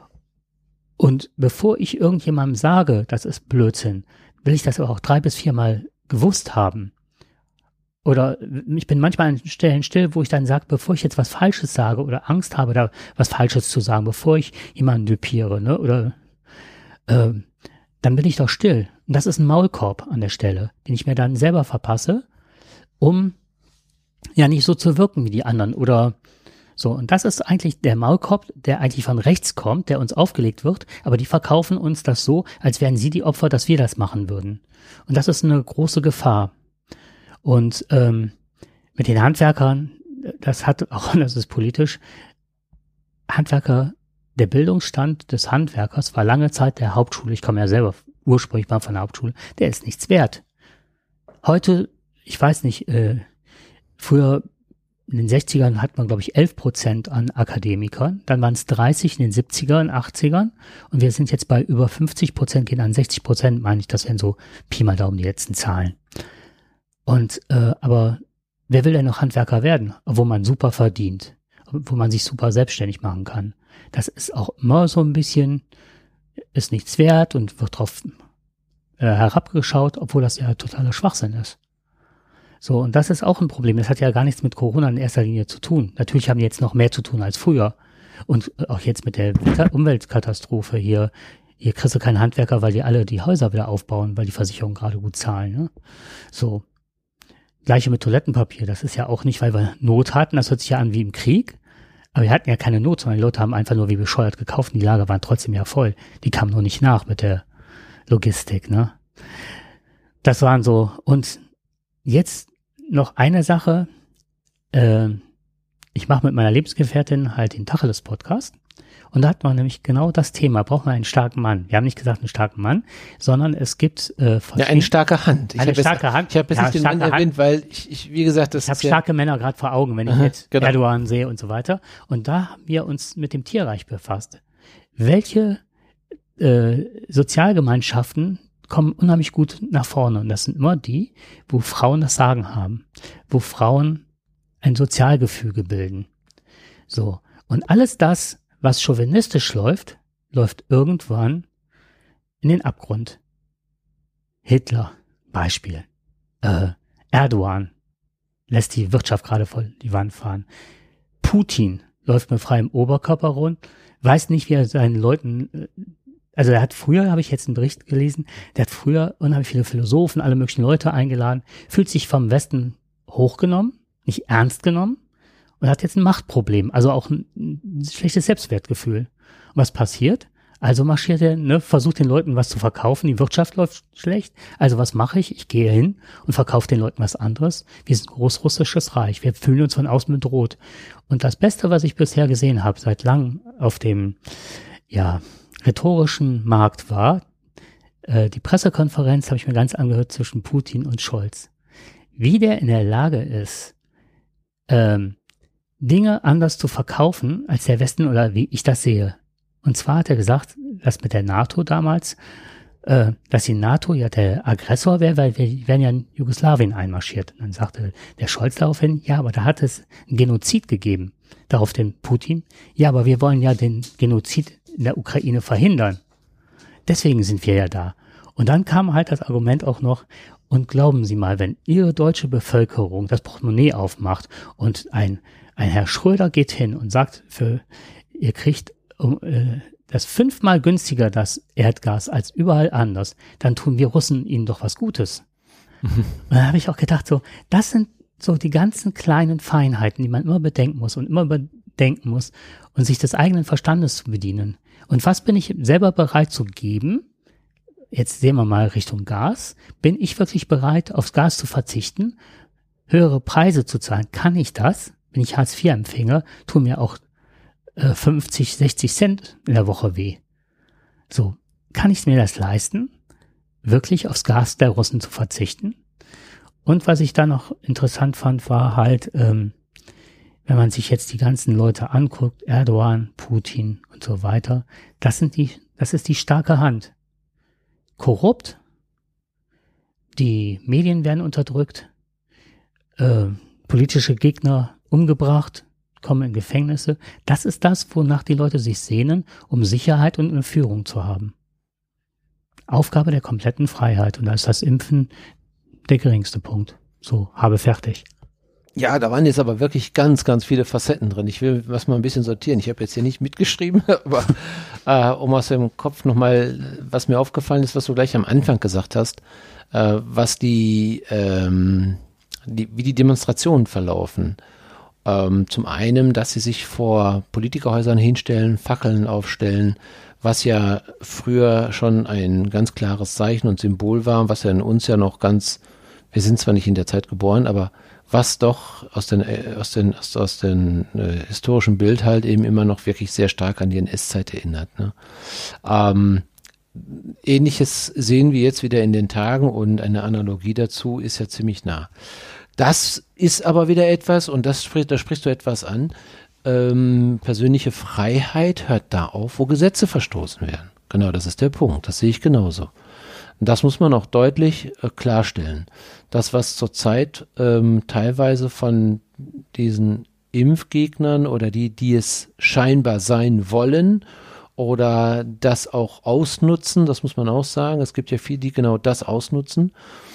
und bevor ich irgendjemandem sage, das ist Blödsinn, will ich das aber auch 3 bis 4 Mal gewusst haben. Oder ich bin manchmal an Stellen still, wo ich dann sage, bevor ich jetzt was Falsches sage oder Angst habe, da was Falsches zu sagen, bevor ich jemanden düpiere, ne, oder dann bin ich doch still. Und das ist ein Maulkorb an der Stelle, den ich mir dann selber verpasse, um ja nicht so zu wirken wie die anderen oder so. Und das ist eigentlich der Maulkorb, der eigentlich von rechts kommt, der uns aufgelegt wird, aber die verkaufen uns das so, als wären sie die Opfer, dass wir das machen würden. Und das ist eine große Gefahr. Und mit den Handwerkern, das ist politisch, Handwerker, der Bildungsstand des Handwerkers war lange Zeit der Hauptschule, ich komme ja selber ursprünglich mal von der Hauptschule, der ist nichts wert. Heute, ich weiß nicht, früher in den 60ern hat man, glaube ich, 11% an Akademikern, dann waren es 30 in den 70ern, 80ern und wir sind jetzt bei über 50%, gehen an 60%, meine ich, das wären so Pi mal Daumen die letzten Zahlen. Und aber wer will denn noch Handwerker werden, wo man super verdient, wo man sich super selbstständig machen kann? Das ist auch immer so ein bisschen, ist nichts wert und wird drauf herabgeschaut, obwohl das ja totaler Schwachsinn ist. So, und das ist auch ein Problem. Das hat ja gar nichts mit Corona in erster Linie zu tun. Natürlich haben die jetzt noch mehr zu tun als früher. Und auch jetzt mit der Umweltkatastrophe hier kriegst du keinen Handwerker, weil die alle die Häuser wieder aufbauen, weil die Versicherungen gerade gut zahlen. Ne? So. Gleiche mit Toilettenpapier. Das ist ja auch nicht, weil wir Not hatten. Das hört sich ja an wie im Krieg. Aber wir hatten ja keine Not, sondern die Leute haben einfach nur wie bescheuert gekauft und die Lager waren trotzdem ja voll. Die kamen nur nicht nach mit der Logistik, ne? Das waren so. Und jetzt noch eine Sache. Ich mache mit meiner Lebensgefährtin halt den Tacheles-Podcast. Und da hat man nämlich genau das Thema, braucht man einen starken Mann. Wir haben nicht gesagt einen starken Mann, sondern es gibt eine starke Hand. Eine starke Hand. Ich habe jetzt nicht den Mann erwähnt, weil ich wie gesagt, ich habe starke Männer gerade vor Augen, wenn ich jetzt Erdogan sehe und so weiter. Und da haben wir uns mit dem Tierreich befasst. Welche Sozialgemeinschaften kommen unheimlich gut nach vorne? Und das sind immer die, wo Frauen das Sagen haben, wo Frauen ein Sozialgefüge bilden. So. Und alles das, was chauvinistisch läuft irgendwann in den Abgrund. Hitler, Beispiel. Erdogan lässt die Wirtschaft gerade voll die Wand fahren. Putin läuft mit freiem Oberkörper rund, weiß nicht, wie er seinen Leuten, also er hat früher, habe ich jetzt einen Bericht gelesen, der hat früher unheimlich viele Philosophen, alle möglichen Leute eingeladen, fühlt sich vom Westen hochgenommen, nicht ernst genommen, und hat jetzt ein Machtproblem, also auch ein schlechtes Selbstwertgefühl. Und was passiert? Also marschiert er, versucht den Leuten was zu verkaufen, die Wirtschaft läuft schlecht. Also was mache ich? Ich gehe hin und verkaufe den Leuten was anderes. Wir sind ein großrussisches Reich, wir fühlen uns von außen bedroht. Und das Beste, was ich bisher gesehen habe, seit langem auf dem rhetorischen Markt war, die Pressekonferenz habe ich mir ganz angehört zwischen Putin und Scholz. Wie der in der Lage ist, Dinge anders zu verkaufen als der Westen oder wie ich das sehe. Und zwar hat er gesagt, dass mit der NATO damals dass die NATO ja der Aggressor wäre, weil wir wären ja in Jugoslawien einmarschiert. Und dann sagte der Scholz daraufhin, ja, aber da hat es einen Genozid gegeben. Darauf den Putin, ja, aber wir wollen ja den Genozid in der Ukraine verhindern. Deswegen sind wir ja da. Und dann kam halt das Argument auch noch, und glauben Sie mal, wenn Ihre deutsche Bevölkerung das Portemonnaie aufmacht und ein Herr Schröder geht hin und sagt, ihr kriegt das 5-mal günstiger das Erdgas als überall anders, dann tun wir Russen ihnen doch was Gutes. Und da habe ich auch gedacht, so, das sind so die ganzen kleinen Feinheiten, die man immer bedenken muss und sich des eigenen Verstandes zu bedienen. Und was bin ich selber bereit zu geben? Jetzt sehen wir mal Richtung Gas. Bin ich wirklich bereit, aufs Gas zu verzichten? Höhere Preise zu zahlen? Kann ich das? Wenn ich Hartz-IV-Empfänger, tun mir auch 50, 60 Cent in der Woche weh. So, kann ich mir das leisten, wirklich aufs Gas der Russen zu verzichten? Und was ich da noch interessant fand, war halt, wenn man sich jetzt die ganzen Leute anguckt, Erdogan, Putin und so weiter, das ist die starke Hand. Korrupt, die Medien werden unterdrückt, politische Gegner umgebracht, kommen in Gefängnisse. Das ist das, wonach die Leute sich sehnen, um Sicherheit und eine Führung zu haben. Aufgabe der kompletten Freiheit. Und da ist das Impfen der geringste Punkt. So, habe fertig. Ja, da waren jetzt aber wirklich ganz, ganz viele Facetten drin. Ich will was mal ein bisschen sortieren. Ich habe jetzt hier nicht mitgeschrieben, aber um aus dem Kopf nochmal, was mir aufgefallen ist, was du gleich am Anfang gesagt hast, was wie die Demonstrationen verlaufen. Zum einen, dass sie sich vor Politikerhäusern hinstellen, Fackeln aufstellen, was ja früher schon ein ganz klares Zeichen und Symbol war, was ja in uns ja noch ganz, wir sind zwar nicht in der Zeit geboren, aber was doch aus dem historischen Bild halt eben immer noch wirklich sehr stark an die NS-Zeit erinnert. Ne? Ähnliches sehen wir jetzt wieder in den Tagen und eine Analogie dazu ist ja ziemlich nah. Das ist aber wieder etwas, und da sprichst du etwas an, persönliche Freiheit hört da auf, wo Gesetze verstoßen werden. Genau, das ist der Punkt, das sehe ich genauso. Und das muss man auch deutlich klarstellen. Das, was zurzeit teilweise von diesen Impfgegnern oder die es scheinbar sein wollen oder das auch ausnutzen, das muss man auch sagen, es gibt ja viele, die genau das ausnutzen,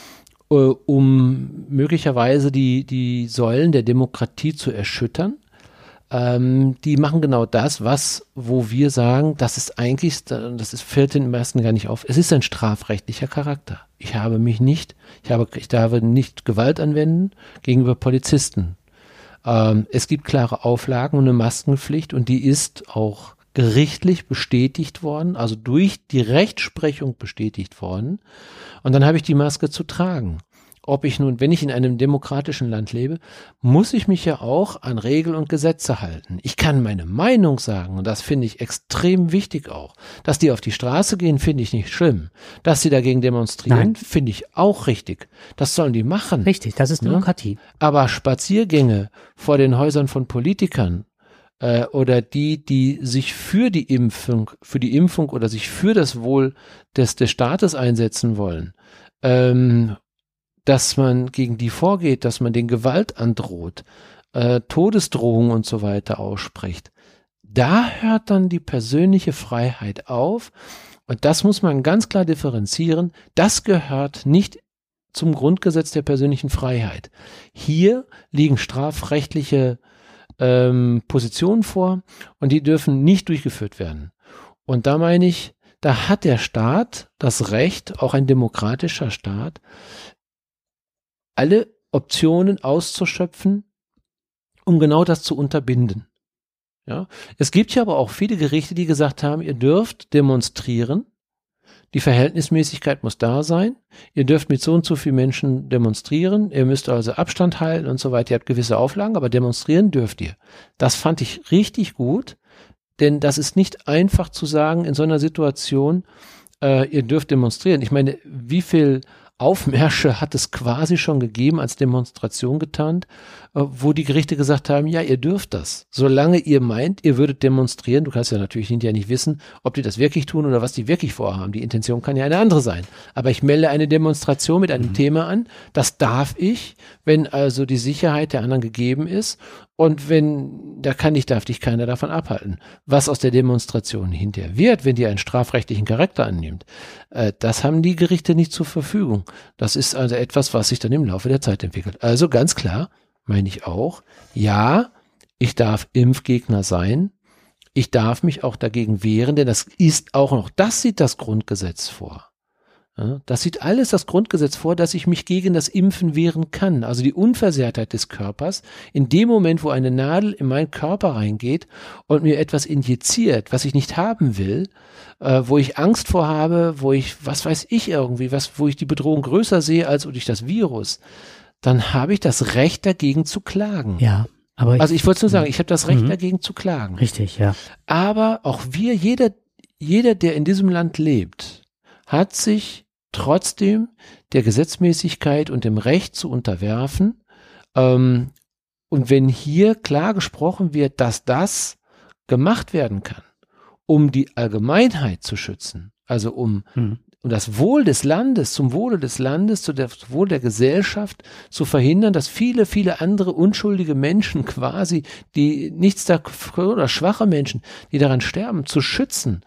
um möglicherweise die Säulen der Demokratie zu erschüttern. Die machen genau das, wo wir sagen, das ist eigentlich, fällt den meisten gar nicht auf. Es ist ein strafrechtlicher Charakter. Ich darf nicht Gewalt anwenden gegenüber Polizisten. Es gibt klare Auflagen und eine Maskenpflicht und die ist auch gerichtlich bestätigt worden, also durch die Rechtsprechung bestätigt worden. Und dann habe ich die Maske zu tragen. Wenn ich in einem demokratischen Land lebe, muss ich mich ja auch an Regeln und Gesetze halten. Ich kann meine Meinung sagen und das finde ich extrem wichtig auch. Dass die auf die Straße gehen, finde ich nicht schlimm. Dass sie dagegen demonstrieren, finde ich auch richtig. Das sollen die machen. Richtig, das ist Demokratie. Aber Spaziergänge vor den Häusern von Politikern oder die sich für die Impfung oder sich für das Wohl des Staates einsetzen wollen, dass man gegen die vorgeht, dass man den Gewalt androht, Todesdrohungen und so weiter ausspricht. Da hört dann die persönliche Freiheit auf und das muss man ganz klar differenzieren. Das gehört nicht zum Grundgesetz der persönlichen Freiheit. Hier liegen strafrechtliche Positionen vor und die dürfen nicht durchgeführt werden. Und da meine ich, da hat der Staat das Recht, auch ein demokratischer Staat, alle Optionen auszuschöpfen, um genau das zu unterbinden. Ja? Es gibt ja aber auch viele Gerichte, die gesagt haben, ihr dürft demonstrieren, die Verhältnismäßigkeit muss da sein, ihr dürft mit so und so vielen Menschen demonstrieren, ihr müsst also Abstand halten und so weiter, ihr habt gewisse Auflagen, aber demonstrieren dürft ihr. Das fand ich richtig gut, denn das ist nicht einfach zu sagen in so einer Situation, ihr dürft demonstrieren. Ich meine, wie viel Aufmärsche hat es quasi schon gegeben, als Demonstration getarnt, wo die Gerichte gesagt haben, ja, ihr dürft das. Solange ihr meint, ihr würdet demonstrieren, du kannst ja natürlich hinterher nicht wissen, ob die das wirklich tun oder was die wirklich vorhaben. Die Intention kann ja eine andere sein. Aber ich melde eine Demonstration mit einem Thema an. Das darf ich, wenn also die Sicherheit der anderen gegeben ist. Und wenn, darf dich keiner davon abhalten. Was aus der Demonstration hinterher wird, wenn die einen strafrechtlichen Charakter annimmt, das haben die Gerichte nicht zur Verfügung. Das ist also etwas, was sich dann im Laufe der Zeit entwickelt. Also ganz klar, meine ich auch, ja, ich darf Impfgegner sein, ich darf mich auch dagegen wehren, denn das ist auch noch, das sieht das Grundgesetz vor. Ja, das sieht alles das Grundgesetz vor, dass ich mich gegen das Impfen wehren kann. Also die Unversehrtheit des Körpers. In dem Moment, wo eine Nadel in meinen Körper reingeht und mir etwas injiziert, was ich nicht haben will, wo ich Angst vor habe, wo ich, was weiß ich irgendwie, wo ich die Bedrohung größer sehe als durch das Virus, dann habe ich das Recht dagegen zu klagen. Ja, aber also ich wollte nur sagen, ich habe das Recht dagegen zu klagen. Richtig, ja. Aber auch jeder, der in diesem Land lebt, hat sich trotzdem der Gesetzmäßigkeit und dem Recht zu unterwerfen. Und wenn hier klar gesprochen wird, dass das gemacht werden kann, um die Allgemeinheit zu schützen, also um das Wohl des Landes, zum Wohle des Landes, zum Wohl der Gesellschaft zu verhindern, dass viele, viele andere unschuldige Menschen quasi, die nichts da, oder schwache Menschen, die daran sterben, zu schützen,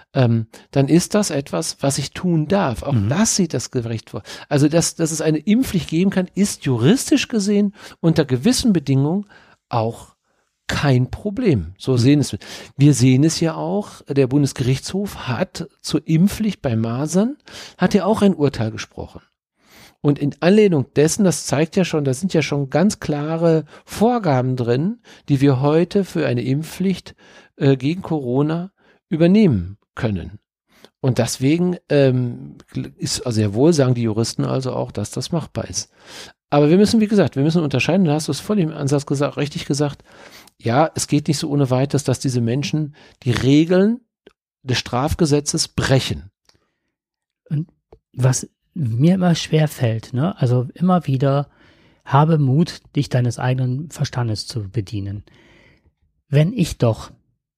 dann ist das etwas, was ich tun darf. Auch das sieht das Gericht vor. Also, dass es eine Impfpflicht geben kann, ist juristisch gesehen unter gewissen Bedingungen auch kein Problem. So sehen es wir. Wir sehen es ja auch, der Bundesgerichtshof hat zur Impfpflicht bei Masern, hat ja auch ein Urteil gesprochen. Und in Anlehnung dessen, das zeigt ja schon, da sind ja schon ganz klare Vorgaben drin, die wir heute für eine Impfpflicht gegen Corona übernehmen können. Und deswegen ist sehr wohl, sagen die Juristen also auch, dass das machbar ist. Aber wir müssen, wie gesagt, unterscheiden, da hast du es voll im Ansatz gesagt, richtig gesagt, ja, es geht nicht so ohne weiteres, dass diese Menschen die Regeln des Strafgesetzes brechen. Und was mir immer schwer fällt, ne, also immer wieder, habe Mut, dich deines eigenen Verstandes zu bedienen. Wenn ich doch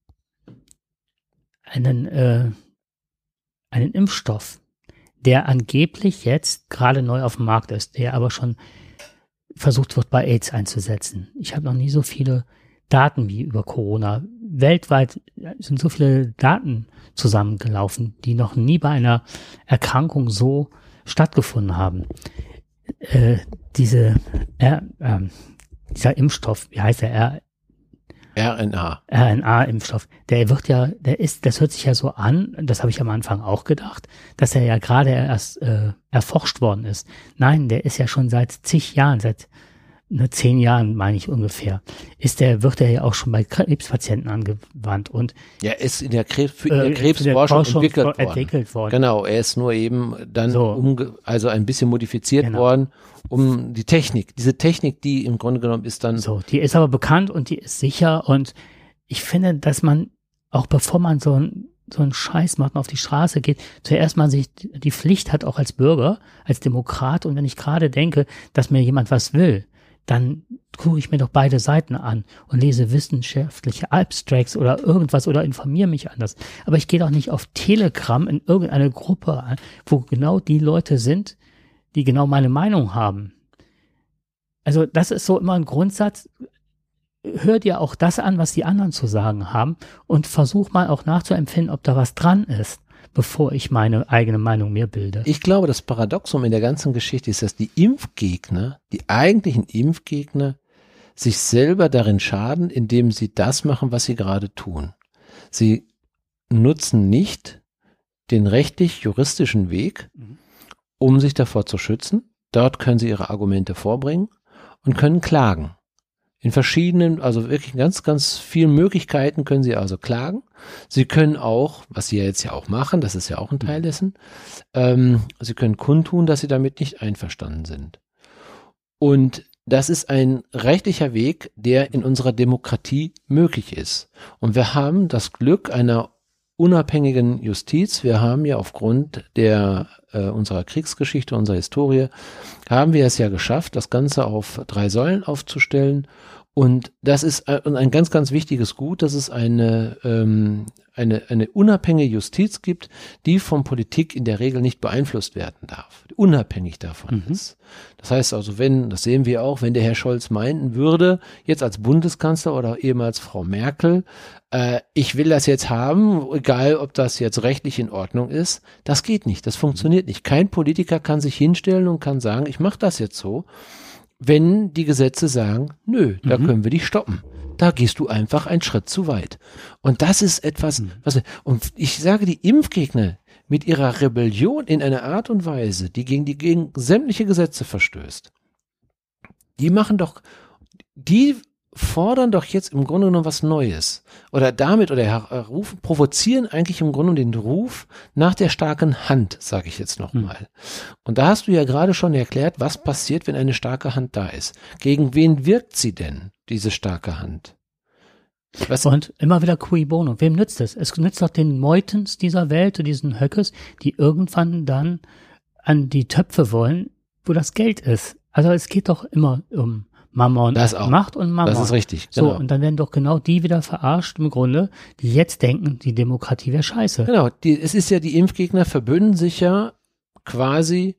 einen Impfstoff, der angeblich jetzt gerade neu auf dem Markt ist, der aber schon versucht wird, bei AIDS einzusetzen. Ich habe noch nie so viele Daten wie über Corona. Weltweit sind so viele Daten zusammengelaufen, die noch nie bei einer Erkrankung so stattgefunden haben. Dieser Impfstoff, wie heißt der? RNA-Impfstoff, das hört sich ja so an, das habe ich am Anfang auch gedacht, dass er ja gerade erst erforscht worden ist. Nein, der ist ja schon seit zig Jahren, seit 10 Jahren, meine ich ungefähr, wird er ja auch schon bei Krebspatienten angewandt und ja, ist in der Krebsforschung entwickelt worden. Genau, er ist nur eben dann also ein bisschen modifiziert worden, um diese Technik, die im Grunde genommen ist dann so, die ist aber bekannt und die ist sicher und ich finde, dass man auch bevor man so einen Scheiß macht und auf die Straße geht, zuerst mal sich die Pflicht hat, auch als Bürger, als Demokrat und wenn ich gerade denke, dass mir jemand was will, dann gucke ich mir doch beide Seiten an und lese wissenschaftliche Abstracts oder irgendwas oder informiere mich anders. Aber ich gehe doch nicht auf Telegram in irgendeine Gruppe an, wo genau die Leute sind, die genau meine Meinung haben. Also das ist so immer ein Grundsatz. Hör dir auch das an, was die anderen zu sagen haben und versuch mal auch nachzuempfinden, ob da was dran ist, bevor ich meine eigene Meinung mir bilde. Ich glaube, das Paradoxum in der ganzen Geschichte ist, dass die eigentlichen Impfgegner, sich selber darin schaden, indem sie das machen, was sie gerade tun. Sie nutzen nicht den rechtlich-juristischen Weg, um sich davor zu schützen. Dort können sie ihre Argumente vorbringen und können klagen. In verschiedenen, also wirklich ganz, ganz vielen Möglichkeiten können sie also klagen. Sie können auch, was sie ja jetzt ja auch machen, das ist ja auch ein Teil dessen, sie können kundtun, dass sie damit nicht einverstanden sind. Und das ist ein rechtlicher Weg, der in unserer Demokratie möglich ist. Und wir haben das Glück einer unabhängigen Justiz. Wir haben ja aufgrund unserer Kriegsgeschichte, unserer Historie, haben wir es ja geschafft, das Ganze auf 3 Säulen aufzustellen. Und das ist ein ganz, ganz wichtiges Gut, dass es eine unabhängige Justiz gibt, die von Politik in der Regel nicht beeinflusst werden darf, unabhängig davon ist. Das heißt also, das sehen wir auch, wenn der Herr Scholz meinen würde, jetzt als Bundeskanzler oder ehemals Frau Merkel, ich will das jetzt haben, egal ob das jetzt rechtlich in Ordnung ist, das geht nicht, das funktioniert nicht. Kein Politiker kann sich hinstellen und kann sagen, ich mache das jetzt so, wenn die Gesetze sagen, nö, da können wir dich stoppen. Da gehst du einfach einen Schritt zu weit. Und das ist etwas, und ich sage, die Impfgegner mit ihrer Rebellion in einer Art und Weise, die gegen sämtliche Gesetze verstößt, die fordern doch jetzt im Grunde genommen was Neues. Provozieren eigentlich im Grunde den Ruf nach der starken Hand, sage ich jetzt nochmal. Und da hast du ja gerade schon erklärt, was passiert, wenn eine starke Hand da ist. Gegen wen wirkt sie denn, diese starke Hand? Und immer wieder cui bono. Wem nützt es? Es nützt doch den Meutens dieser Welt und diesen Höckes, die irgendwann dann an die Töpfe wollen, wo das Geld ist. Also es geht doch immer um Mammon, Macht und Mammon. Das ist richtig, genau. So, und dann werden doch genau die wieder verarscht im Grunde, die jetzt denken, die Demokratie wäre scheiße. Genau, es ist ja, die Impfgegner verbünden sich ja quasi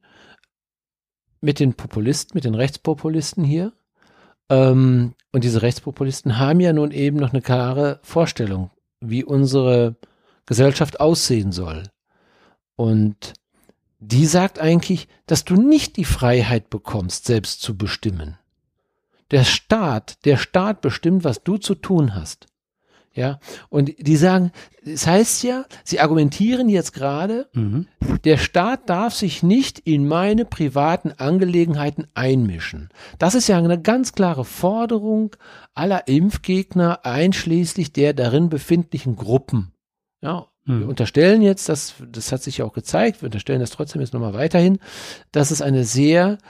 mit den Populisten, mit den Rechtspopulisten hier. Und diese Rechtspopulisten haben ja nun eben noch eine klare Vorstellung, wie unsere Gesellschaft aussehen soll. Und die sagt eigentlich, dass du nicht die Freiheit bekommst, selbst zu bestimmen. Der Staat bestimmt, was du zu tun hast. Ja, und die sagen, das heißt ja, sie argumentieren jetzt gerade, der Staat darf sich nicht in meine privaten Angelegenheiten einmischen. Das ist ja eine ganz klare Forderung aller Impfgegner, einschließlich der darin befindlichen Gruppen. Ja, wir unterstellen jetzt, das hat sich ja auch gezeigt, wir unterstellen das trotzdem jetzt nochmal weiterhin, dass es eine sehr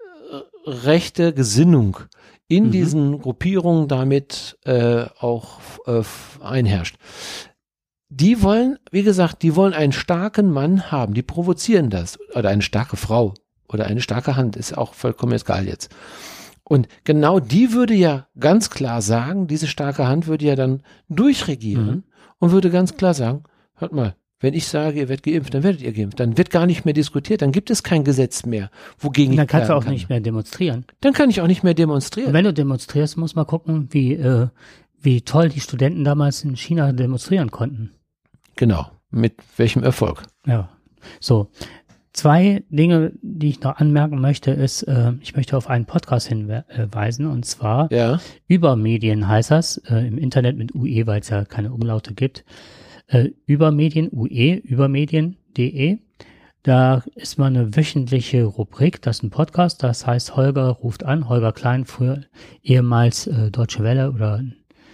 rechte Gesinnung in diesen Gruppierungen damit auch einherrscht. Die wollen, wie gesagt, einen starken Mann haben, die provozieren das. Oder eine starke Frau oder eine starke Hand, ist auch vollkommen egal jetzt. Und genau die würde ja ganz klar sagen, diese starke Hand würde ja dann durchregieren und würde ganz klar sagen, hört mal, wenn ich sage, ihr werdet geimpft, dann werdet ihr geimpft. Dann wird gar nicht mehr diskutiert, dann gibt es kein Gesetz mehr, wogegen ich dann kannst du auch nicht mehr demonstrieren. Dann kann ich auch nicht mehr demonstrieren. Und wenn du demonstrierst, muss man gucken, wie toll die Studenten damals in China demonstrieren konnten. Genau, mit welchem Erfolg. Ja, so. 2 Dinge, die ich noch anmerken möchte, ist, ich möchte auf einen Podcast hinweisen, und zwar Übermedien heißt das, im Internet mit UE, weil es ja keine Umlaute gibt. Übermedien, UE, übermedien.de. Da ist mal eine wöchentliche Rubrik, das ist ein Podcast, das heißt Holger ruft an, Holger Klein, früher ehemals Deutsche Welle oder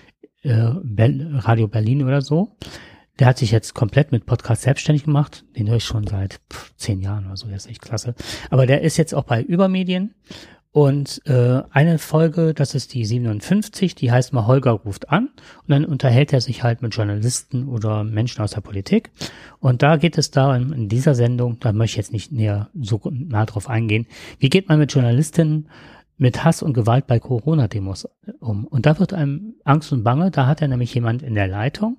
Radio Berlin oder so. Der hat sich jetzt komplett mit Podcast selbstständig gemacht, den höre ich schon seit 10 Jahren oder so, der ist echt klasse. Aber der ist jetzt auch bei Übermedien. Und eine Folge, das ist die 57, die heißt mal Holger ruft an, und dann unterhält er sich halt mit Journalisten oder Menschen aus der Politik. Und da geht es da in dieser Sendung, da möchte ich jetzt nicht näher so nah drauf eingehen, wie geht man mit Journalistinnen mit Hass und Gewalt bei Corona-Demos um? Und da wird einem Angst und Bange, da hat er nämlich jemand in der Leitung,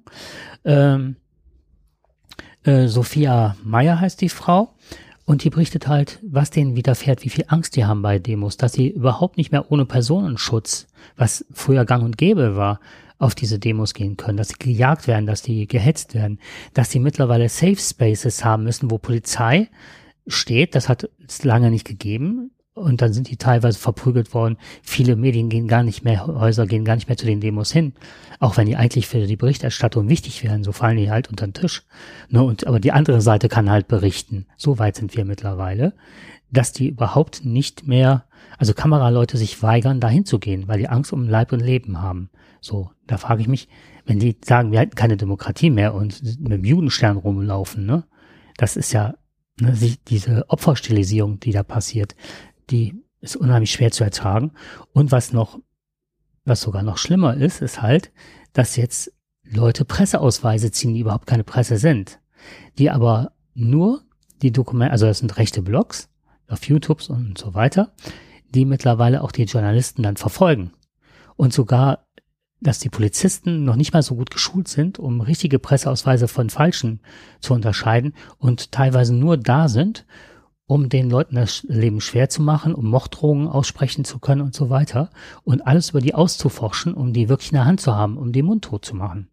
Sophia Meyer heißt die Frau. Und die berichtet halt, was denen widerfährt, wie viel Angst die haben bei Demos, dass sie überhaupt nicht mehr ohne Personenschutz, was früher gang und gäbe war, auf diese Demos gehen können, dass sie gejagt werden, dass die gehetzt werden, dass sie mittlerweile Safe Spaces haben müssen, wo Polizei steht, das hat es lange nicht gegeben. Und dann sind die teilweise verprügelt worden. Viele Medien Häuser gehen gar nicht mehr zu den Demos hin. Auch wenn die eigentlich für die Berichterstattung wichtig wären, so fallen die halt unter den Tisch. Aber die andere Seite kann halt berichten. So weit sind wir mittlerweile, dass die überhaupt nicht mehr, also Kameraleute sich weigern, dahin zu gehen, weil die Angst um Leib und Leben haben. So, da frage ich mich, wenn die sagen, wir halten keine Demokratie mehr und mit dem Judenstern rumlaufen, ne? Das ist ja diese Opferstilisierung, die da passiert, die ist unheimlich schwer zu ertragen. Und was sogar noch schlimmer ist halt, dass jetzt Leute Presseausweise ziehen, die überhaupt keine Presse sind, die aber nur die Dokumente, also das sind rechte Blogs auf YouTube und so weiter, die mittlerweile auch die Journalisten dann verfolgen. Und sogar, dass die Polizisten noch nicht mal so gut geschult sind, um richtige Presseausweise von falschen zu unterscheiden und teilweise nur da sind, um den Leuten das Leben schwer zu machen, um Morddrohungen aussprechen zu können und so weiter und alles über die auszuforschen, um die wirklich in der Hand zu haben, um die mundtot zu machen.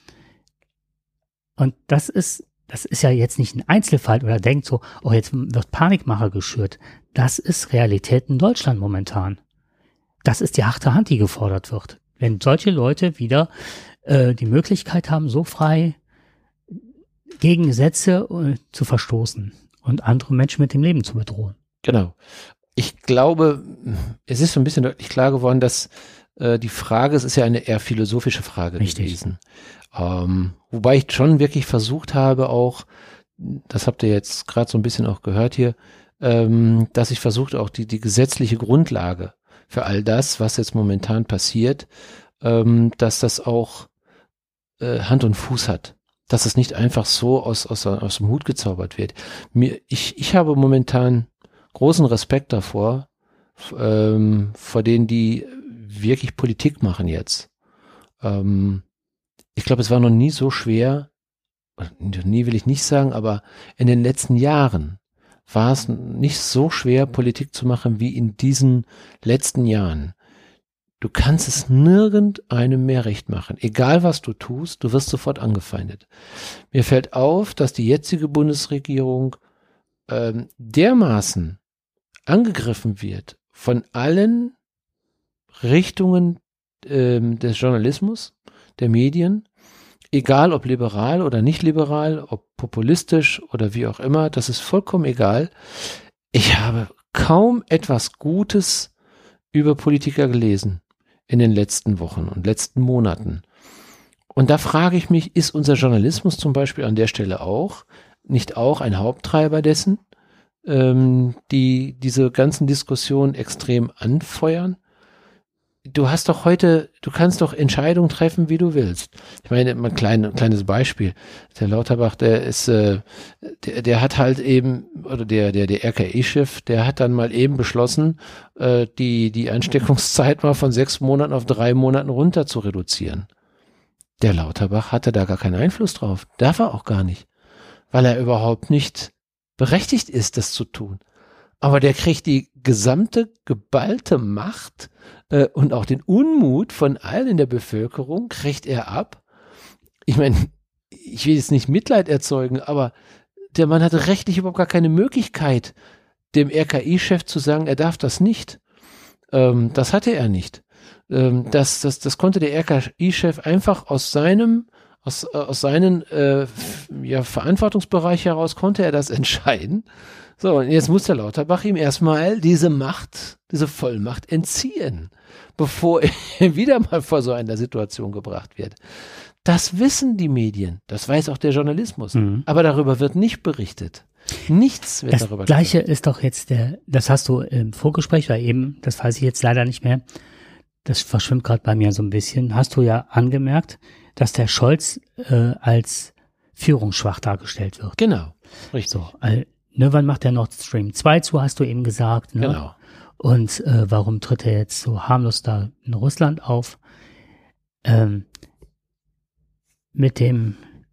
Und das ist ja jetzt nicht ein Einzelfall oder denkt so, oh, jetzt wird Panikmache geschürt. Das ist Realität in Deutschland momentan. Das ist die harte Hand, die gefordert wird. Wenn solche Leute wieder die Möglichkeit haben, so frei gegen Gesetze zu verstoßen und andere Menschen mit dem Leben zu bedrohen. Genau. Ich glaube, es ist so ein bisschen deutlich klar geworden, dass die Frage, es ist ja eine eher philosophische Frage gewesen. Wobei ich schon wirklich versucht habe auch, das habt ihr jetzt gerade so ein bisschen auch gehört hier, dass ich versucht auch die gesetzliche Grundlage für all das, was jetzt momentan passiert, dass das auch Hand und Fuß hat. Dass es nicht einfach so aus dem Hut gezaubert wird. Ich habe momentan großen Respekt davor, vor denen, die wirklich Politik machen jetzt. Ich glaube, es war noch nie so schwer, nie will ich nicht sagen, aber in den letzten Jahren war es nicht so schwer, Politik zu machen wie in diesen letzten Jahren. Du kannst es nirgendeinem mehr recht machen. Egal was du tust, du wirst sofort angefeindet. Mir fällt auf, dass die jetzige Bundesregierung dermaßen angegriffen wird von allen Richtungen des Journalismus, der Medien, egal ob liberal oder nicht liberal, ob populistisch oder wie auch immer, das ist vollkommen egal. Ich habe kaum etwas Gutes über Politiker gelesen in den letzten Wochen und letzten Monaten. Und da frage ich mich, ist unser Journalismus zum Beispiel an der Stelle nicht auch ein Haupttreiber dessen, die diese ganzen Diskussionen extrem anfeuern? Du kannst doch Entscheidungen treffen, wie du willst. Ich meine, ein kleines Beispiel. Der Lauterbach, der hat halt eben, oder der RKI-Chef, der hat dann mal eben beschlossen, die Ansteckungszeit mal von 6 Monaten auf 3 Monaten runter zu reduzieren. Der Lauterbach hatte da gar keinen Einfluss drauf. Darf er auch gar nicht. Weil er überhaupt nicht berechtigt ist, das zu tun. Aber der kriegt die gesamte geballte Macht und auch den Unmut von allen in der Bevölkerung kriegt er ab. Ich meine, ich will jetzt nicht Mitleid erzeugen, aber der Mann hatte rechtlich überhaupt gar keine Möglichkeit, dem RKI-Chef zu sagen, er darf das nicht. Das hatte er nicht. Das konnte der RKI-Chef einfach aus seinen Verantwortungsbereich heraus konnte er das entscheiden. So, und jetzt muss der Lauterbach ihm erstmal diese Vollmacht entziehen, bevor er wieder mal vor so einer Situation gebracht wird. Das wissen die Medien, das weiß auch der Journalismus, aber darüber wird nicht berichtet. Nichts wird darüber berichtet. Das Gleiche ist doch jetzt das hast du im Vorgespräch, weil eben, das weiß ich jetzt leider nicht mehr, das verschwimmt gerade bei mir so ein bisschen, hast du ja angemerkt, dass der Scholz als führungsschwach dargestellt wird. Genau, richtig. So, wann macht der Nord Stream 2 zu, hast du eben gesagt. Ne? Genau. Und warum tritt er jetzt so harmlos da in Russland auf? Mit dem,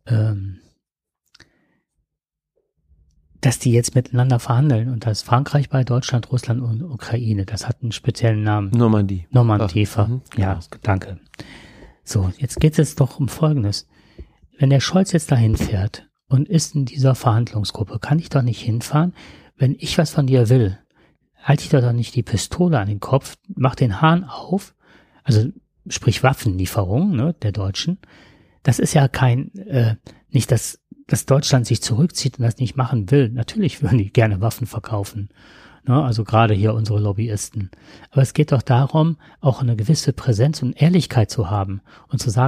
dass die jetzt miteinander verhandeln und das Frankreich bei Deutschland, Russland und Ukraine, das hat einen speziellen Namen. Normandie. Ja, danke. So, jetzt geht es doch um Folgendes. Wenn der Scholz jetzt dahin fährt und ist in dieser Verhandlungsgruppe, kann ich doch nicht hinfahren, wenn ich was von dir will, halte ich doch nicht die Pistole an den Kopf, mach den Hahn auf, also sprich Waffenlieferung, ne, der Deutschen. Das ist ja nicht, dass Deutschland sich zurückzieht und das nicht machen will. Natürlich würden die gerne Waffen verkaufen, ne, also gerade hier unsere Lobbyisten. Aber es geht doch darum, auch eine gewisse Präsenz und Ehrlichkeit zu haben und zu sagen,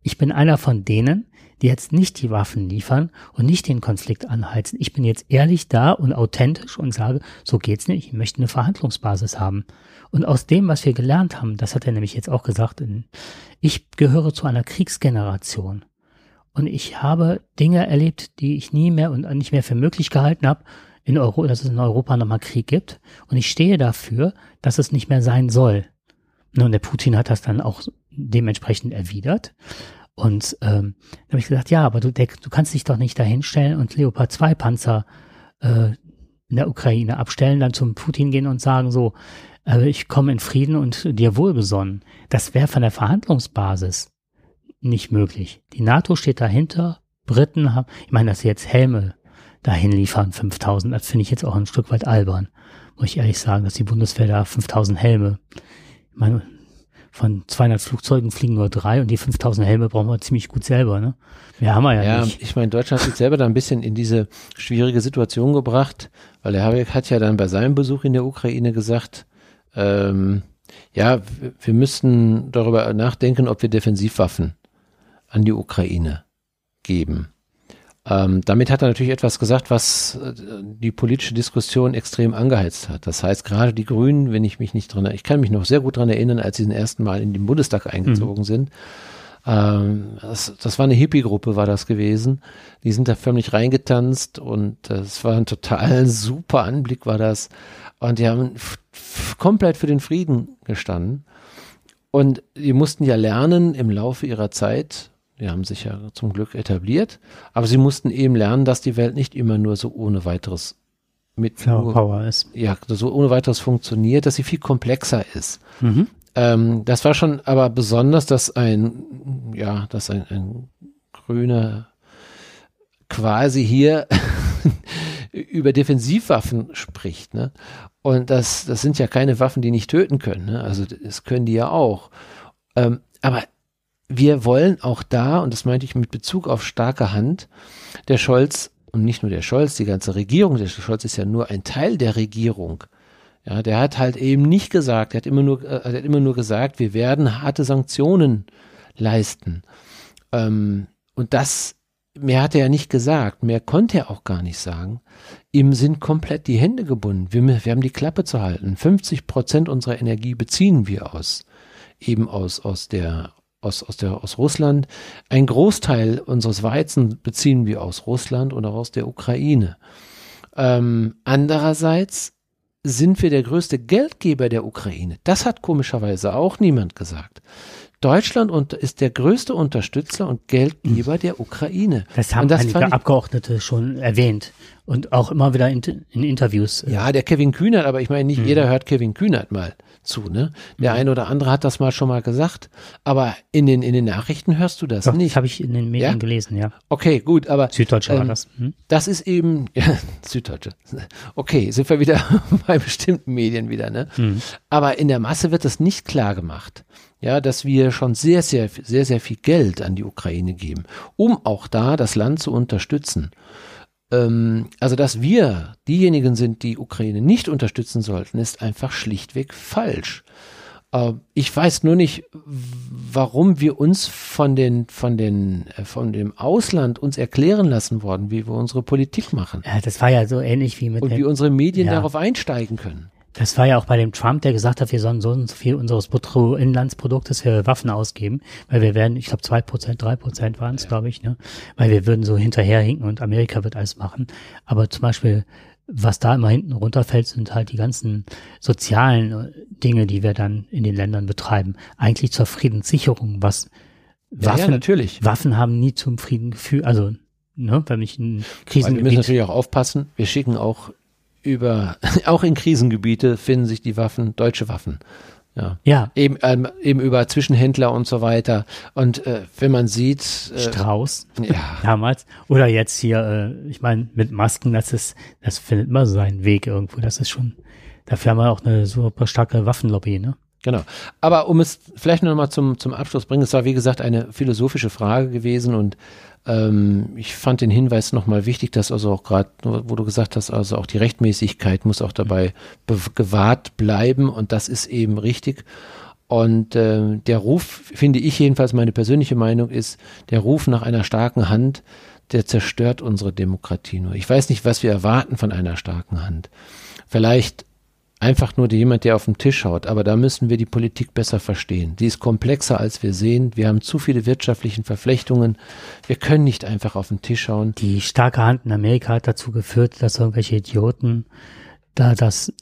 ich bin einer von denen, die jetzt nicht die Waffen liefern und nicht den Konflikt anheizen. Ich bin jetzt ehrlich da und authentisch und sage, so geht's nicht, ich möchte eine Verhandlungsbasis haben. Und aus dem, was wir gelernt haben, das hat er nämlich jetzt auch gesagt, ich gehöre zu einer Kriegsgeneration. Und ich habe Dinge erlebt, die ich nie mehr und nicht mehr für möglich gehalten habe, dass es in Europa nochmal Krieg gibt. Und ich stehe dafür, dass es nicht mehr sein soll. Und der Putin hat das dann auch dementsprechend erwidert. Und da habe ich gesagt, ja, aber du kannst dich doch nicht dahinstellen und Leopard 2 Panzer in der Ukraine abstellen, dann zum Putin gehen und sagen so, ich komme in Frieden und dir wohlgesonnen. Das wäre von der Verhandlungsbasis nicht möglich. Die NATO steht dahinter, Briten haben, ich meine, dass sie jetzt Helme dahin liefern, 5.000, das finde ich jetzt auch ein Stück weit albern, muss ich ehrlich sagen, dass die Bundeswehr da 5.000 Helme, ich meine, von 200 Flugzeugen fliegen nur 3 und die 5.000 Helme brauchen wir ziemlich gut selber, ne? Mehr haben wir ja nicht. Ja, ich meine, Deutschland hat sich selber da ein bisschen in diese schwierige Situation gebracht, weil der Habeck hat ja dann bei seinem Besuch in der Ukraine gesagt, wir müssten darüber nachdenken, ob wir Defensivwaffen an die Ukraine geben. Damit hat er natürlich etwas gesagt, was die politische Diskussion extrem angeheizt hat. Das heißt, gerade die Grünen, ich kann mich noch sehr gut daran erinnern, als sie zum ersten Mal in den Bundestag eingezogen sind. Das war eine Hippie-Gruppe, war das gewesen. Die sind da förmlich reingetanzt und das war ein total super Anblick, war das. Und die haben komplett für den Frieden gestanden. Und die mussten ja lernen im Laufe ihrer Zeit, die haben sich ja zum Glück etabliert, aber sie mussten eben lernen, dass die Welt nicht immer nur so ohne weiteres Power ist. Ja, so ohne weiteres funktioniert, dass sie viel komplexer ist. Das war schon aber besonders, dass ein Grüner quasi hier über Defensivwaffen spricht, ne? Und das sind ja keine Waffen, die nicht töten können, ne? Also das können die ja auch. Aber wir wollen auch da, und das meinte ich mit Bezug auf starke Hand, der Scholz, und nicht nur der Scholz, die ganze Regierung, der Scholz ist ja nur ein Teil der Regierung. Ja, der hat halt eben nicht gesagt, er hat immer nur gesagt, wir werden harte Sanktionen leisten. Und mehr hat er ja nicht gesagt, mehr konnte er auch gar nicht sagen. Ihm sind komplett die Hände gebunden. Wir haben die Klappe zu halten. 50% unserer Energie beziehen wir aus Russland. Ein Großteil unseres Weizen beziehen wir aus Russland und auch aus der Ukraine. Andererseits sind wir der größte Geldgeber der Ukraine. Das hat komischerweise auch niemand gesagt. Deutschland ist der größte Unterstützer und Geldgeber der Ukraine. Das haben einige Abgeordnete schon erwähnt und auch immer wieder in Interviews. Ja, der Kevin Kühnert, aber ich meine, nicht jeder hört Kevin Kühnert mal zu, ne? Der eine oder andere hat das schon mal gesagt, aber in den Nachrichten hörst du das Doch, nicht. Das habe ich in den Medien gelesen, ja. Okay, gut, aber Süddeutsche war das. Das ist eben, ja, Süddeutsche. Okay, sind wir wieder bei bestimmten Medien wieder, ne? Aber in der Masse wird das nicht klar gemacht. Ja, dass wir schon sehr, sehr, sehr, sehr viel Geld an die Ukraine geben, um auch da das Land zu unterstützen. Also, dass wir diejenigen sind, die Ukraine nicht unterstützen sollten, ist einfach schlichtweg falsch. Ich weiß nur nicht, warum wir uns von dem Ausland uns erklären lassen worden, wie wir unsere Politik machen. Ja, das war ja so ähnlich wie mit und wie unsere Medien darauf einsteigen können. Das war ja auch bei dem Trump, der gesagt hat, wir sollen so und so viel unseres Bruttoinlandsproduktes für Waffen ausgeben, weil wir werden, ich glaube 2%, 3% waren es, glaube ich, ne, weil wir würden so hinterherhinken und Amerika wird alles machen. Aber zum Beispiel, was da immer hinten runterfällt, sind halt die ganzen sozialen Dinge, die wir dann in den Ländern betreiben. Eigentlich zur Friedenssicherung, was natürlich. Waffen haben nie zum Frieden geführt, also, ne, wenn ich in Krisengebiet. Wir müssen natürlich auch aufpassen, wir schicken auch in Krisengebiete finden sich die Waffen, deutsche Waffen. Ja. Eben über Zwischenhändler und so weiter. Und wenn man sieht. Strauß. Ja. Damals. Oder jetzt hier, ich meine, mit Masken, das findet immer so seinen Weg irgendwo. Das ist schon, dafür haben wir auch eine super starke Waffenlobby, ne? Genau. Aber um es vielleicht noch mal zum Abschluss bringen, es war wie gesagt eine philosophische Frage gewesen und ich fand den Hinweis nochmal wichtig, dass also auch gerade, wo du gesagt hast, also auch die Rechtmäßigkeit muss auch dabei gewahrt bleiben und das ist eben richtig. Und der Ruf, finde ich jedenfalls, meine persönliche Meinung ist, der Ruf nach einer starken Hand, der zerstört unsere Demokratie nur. Ich weiß nicht, was wir erwarten von einer starken Hand. Vielleicht einfach nur jemand, der auf den Tisch haut, aber da müssen wir die Politik besser verstehen. Die ist komplexer, als wir sehen. Wir haben zu viele wirtschaftliche Verflechtungen. Wir können nicht einfach auf den Tisch hauen. Die starke Hand in Amerika hat dazu geführt, dass irgendwelche Idioten da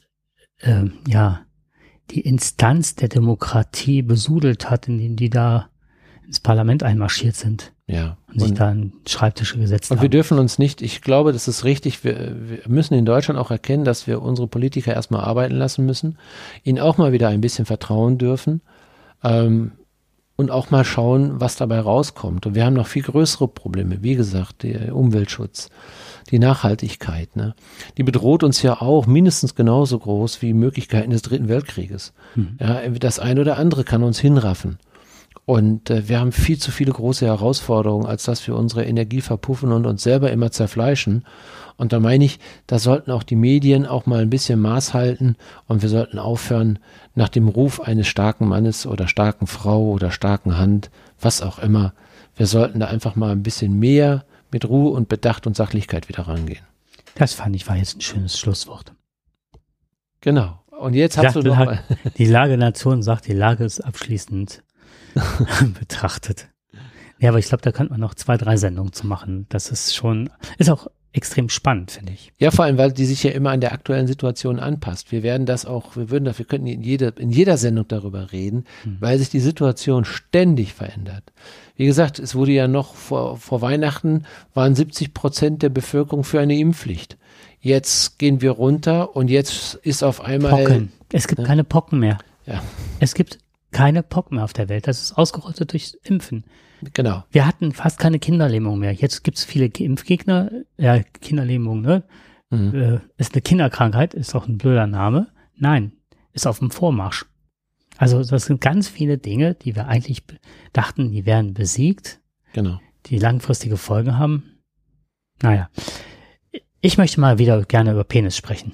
die Instanz der Demokratie besudelt hat, indem die da ins Parlament einmarschiert sind. Ja. Und sich da an Schreibtische gesetzt haben. Und wir dürfen uns nicht, ich glaube, das ist richtig, wir müssen in Deutschland auch erkennen, dass wir unsere Politiker erstmal arbeiten lassen müssen, ihnen auch mal wieder ein bisschen vertrauen dürfen und auch mal schauen, was dabei rauskommt. Und wir haben noch viel größere Probleme, wie gesagt, der Umweltschutz, die Nachhaltigkeit, ne? Die bedroht uns ja auch mindestens genauso groß wie Möglichkeiten des Dritten Weltkrieges. Ja, das eine oder andere kann uns hinraffen. Und wir haben viel zu viele große Herausforderungen, als dass wir unsere Energie verpuffen und uns selber immer zerfleischen. Und da meine ich, da sollten auch die Medien auch mal ein bisschen Maß halten und wir sollten aufhören, nach dem Ruf eines starken Mannes oder starken Frau oder starken Hand, was auch immer, wir sollten da einfach mal ein bisschen mehr mit Ruhe und Bedacht und Sachlichkeit wieder rangehen. Das fand ich war jetzt ein schönes Schlusswort. Genau. Und jetzt hast du noch mal. Die Lage der Nation sagt, die Lage ist abschließend betrachtet. Ja, aber ich glaube, da könnte man noch 2, 3 Sendungen zu machen. Das ist auch extrem spannend, finde ich. Ja, vor allem, weil die sich ja immer an der aktuellen Situation anpasst. Wir könnten in jeder Sendung darüber reden, weil sich die Situation ständig verändert. Wie gesagt, es wurde ja noch vor Weihnachten waren 70% der Bevölkerung für eine Impfpflicht. Jetzt gehen wir runter und jetzt ist auf einmal Pocken. Es gibt keine Pocken mehr. Ja. Es gibt keine Pocken mehr auf der Welt. Das ist ausgerottet durch Impfen. Genau. Wir hatten fast keine Kinderlähmung mehr. Jetzt gibt es viele Impfgegner. Ja, Kinderlähmung, ne? Ist eine Kinderkrankheit, ist auch ein blöder Name. Nein, ist auf dem Vormarsch. Also das sind ganz viele Dinge, die wir eigentlich dachten, die wären besiegt. Genau. Die langfristige Folgen haben. Naja. Ich möchte mal wieder gerne über Penis sprechen.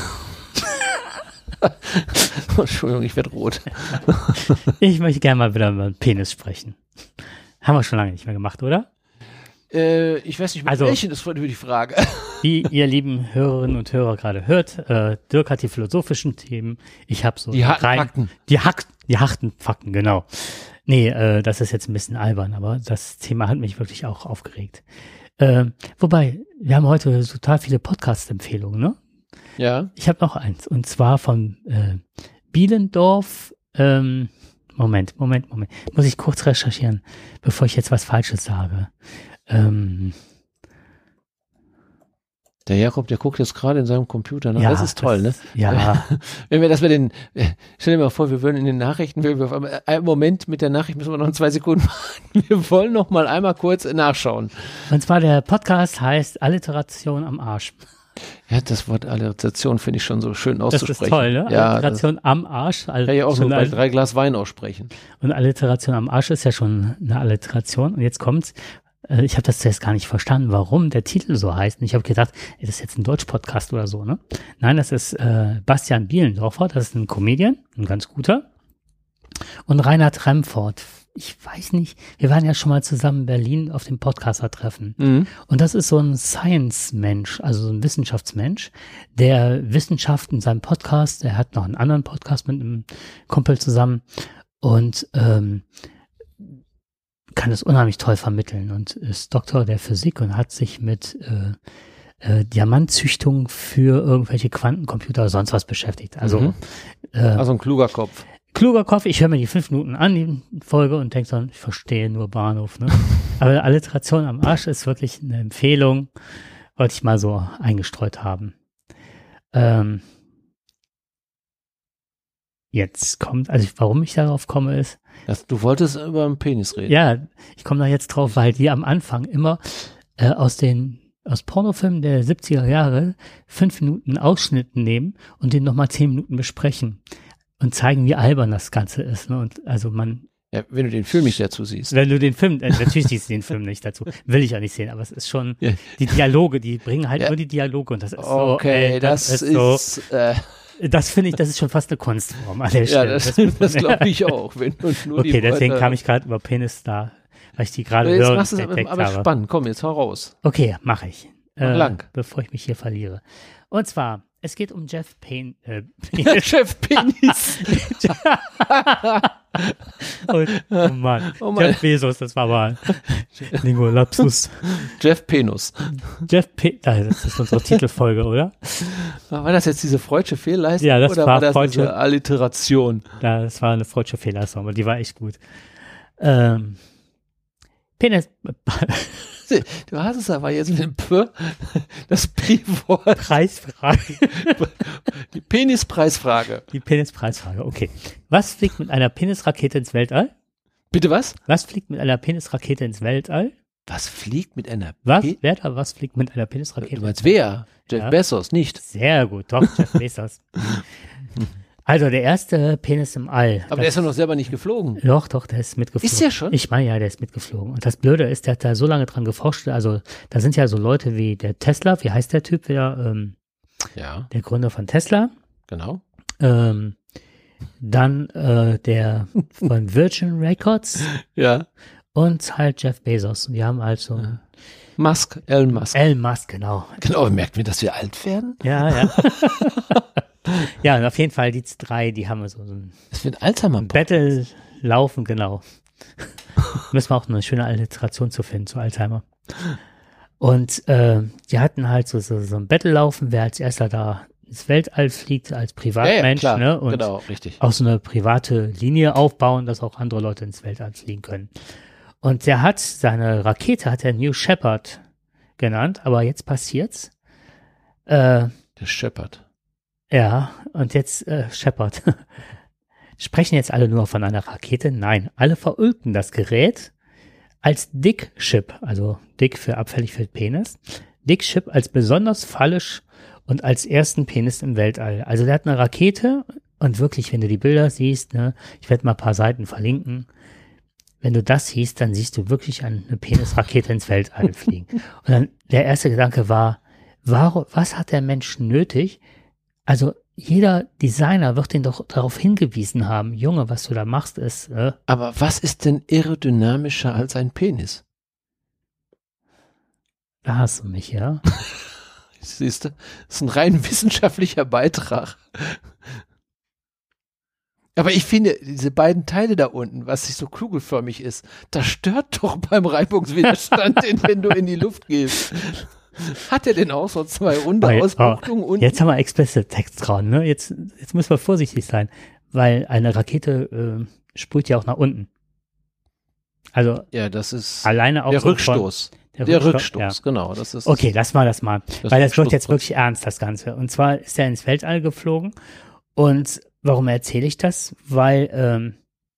Entschuldigung, ich werde rot. Ich möchte gerne mal wieder über Penis sprechen. Haben wir schon lange nicht mehr gemacht, oder? Ich weiß nicht, welchen ist vorhin die Frage. Wie ihr lieben Hörerinnen und Hörer gerade hört, Dirk hat die philosophischen Themen. Ich habe so die harten Fakten. Die harten Fakten, genau. Nee, das ist jetzt ein bisschen albern, aber das Thema hat mich wirklich auch aufgeregt. Wobei, wir haben heute total viele Podcast-Empfehlungen, ne? Ja. Ich habe noch eins, und zwar von Bielendorf. Moment. Muss ich kurz recherchieren, bevor ich jetzt was Falsches sage. Der Jakob, der guckt jetzt gerade in seinem Computer nach. Ja, das ist toll, ne? Ja. Wenn wir das stell dir mal vor, wir würden in den Nachrichten, einen Moment mit der Nachricht müssen wir noch 2 Sekunden machen. Wir wollen noch mal einmal kurz nachschauen. Und zwar der Podcast heißt Alliteration am Arsch. Ja, das Wort Alliteration finde ich schon so schön auszusprechen. Das ist toll, ne? Ja, Alliteration am Arsch. Kann ich auch nur bei 3 Glas Wein aussprechen. Und Alliteration am Arsch ist ja schon eine Alliteration. Und jetzt kommt's. Ich habe das zuerst gar nicht verstanden, warum der Titel so heißt. Und ich habe gedacht, das ist jetzt ein Deutsch-Podcast oder so, ne? Nein, das ist Bastian Bielendorfer, das ist ein Comedian, ein ganz guter. Und Reinhard Remford. Ich weiß nicht, wir waren ja schon mal zusammen in Berlin auf dem Podcaster-Treffen. Mhm. Und das ist so ein Science-Mensch, also so ein Wissenschaftsmensch, der Wissenschaft in seinem Podcast, er hat noch einen anderen Podcast mit einem Kumpel zusammen und kann es unheimlich toll vermitteln und ist Doktor der Physik und hat sich mit Diamantzüchtung für irgendwelche Quantencomputer oder sonst was beschäftigt. Also, also ein kluger Kopf. Kluger Kopf, ich höre mir die 5 Minuten an, die Folge, und denke so, ich verstehe nur Bahnhof. Ne? Aber Alliteration am Arsch ist wirklich eine Empfehlung, wollte ich mal so eingestreut haben. Jetzt kommt, also warum ich darauf komme ist, du wolltest über den Penis reden. Ja, ich komme da jetzt drauf, weil die am Anfang immer aus Pornofilmen der 70er Jahre 5 Minuten Ausschnitten nehmen und den nochmal 10 Minuten besprechen und zeigen, wie albern das Ganze ist. Ne? Und also ja, wenn du den Film nicht dazu siehst. Wenn du den Film, natürlich siehst du den Film nicht dazu, will ich ja nicht sehen, aber es ist schon, die Dialoge, die bringen halt nur die Dialoge und das ist so. Okay, das ist so. Das finde ich, das ist schon fast eine Kunstform an der Stelle. Das glaube ich auch. Wenn nur okay, deswegen kam ich gerade über Penis da, weil ich die gerade jetzt höre. Machst du es aber spannend. Komm, jetzt hau raus. Okay, mache ich. Lang. Bevor ich mich hier verliere. Und zwar, es geht um Jeff Penis. Jeff Penis. Oh Mann. Jeff Bezos, das war mal Lingolapsus. Jeff Penis. Das ist unsere Titelfolge, oder? War das jetzt diese freudsche Fehlleistung? Ja, das oder war das eine Alliteration? Ja, das war eine freudsche Fehlleistung, aber die war echt gut. Penis. Du hast es aber jetzt mit dem P, das P-Wort. Preisfrage. Die Penispreisfrage. Die Penispreisfrage, okay. Was fliegt mit einer Penisrakete ins Weltall? Bitte was? Was fliegt mit einer Penisrakete ins Weltall? Was fliegt mit einer Was fliegt mit einer Penisrakete? Du meinst wer? Jeff Bezos, nicht? Sehr gut, doch, Jeff Bezos. Also der erste Penis im All. Aber der ist ja noch selber nicht geflogen. Doch, der ist mitgeflogen. Ist der schon? Ich meine ja, der ist mitgeflogen. Und das Blöde ist, der hat da so lange dran geforscht. Also da sind ja so Leute wie der Tesla, wie heißt der Typ wieder? Der Gründer von Tesla. Genau. Dann der von Virgin Records. Ja. Und halt Jeff Bezos. Und die haben also Elon Musk. Elon Musk, genau. Genau, merkt mir, dass wir alt werden? Ja. Ja, und auf jeden Fall die drei, die haben so ein das wird ein Alzheimer Battle laufen, genau. Müssen wir auch eine schöne Alliteration zu finden zu Alzheimer. Und die hatten halt so ein Battle laufen, wer als erster da ins Weltall fliegt als Privatmensch, ja, ne? Und genau, richtig. auch so eine private Linie aufbauen, dass auch andere Leute ins Weltall fliegen können. Und der hat seine Rakete, hat er New Shepard genannt, aber jetzt passiert's. Der Shepard. Ja, und jetzt Shepard. Sprechen jetzt alle nur von einer Rakete? Nein, alle verulken das Gerät als Dick Ship, also Dick für abfällig für Penis. Dick Ship als besonders fallisch und als ersten Penis im Weltall. Also der hat eine Rakete und wirklich, wenn du die Bilder siehst, ne, ich werde mal ein paar Seiten verlinken, wenn du das siehst, dann siehst du wirklich eine Penisrakete ins Weltall fliegen. Und dann der erste Gedanke war, was hat der Mensch nötig? Also jeder Designer wird ihn doch darauf hingewiesen haben, Junge, was du da machst, ist. Aber was ist denn aerodynamischer als ein Penis? Da hast du mich, ja. Siehst du, das ist ein rein wissenschaftlicher Beitrag. Aber ich finde, diese beiden Teile da unten, was sich so kugelförmig ist, das stört doch beim Reibungswiderstand, wenn du in die Luft gehst. Hat er denn auch so zwei runde Ausbuchtungen unten? Jetzt haben wir explicit Text dran, ne? Jetzt müssen wir vorsichtig sein, weil eine Rakete sprüht ja auch nach unten. Also ja, das ist alleine auch der Rückstoß. Der Rückstoß, ja. Genau. Das ist okay, lass mal das mal. Weil das wird jetzt wirklich ernst, das Ganze. Und zwar ist er ins Weltall geflogen. Und warum erzähle ich das? Weil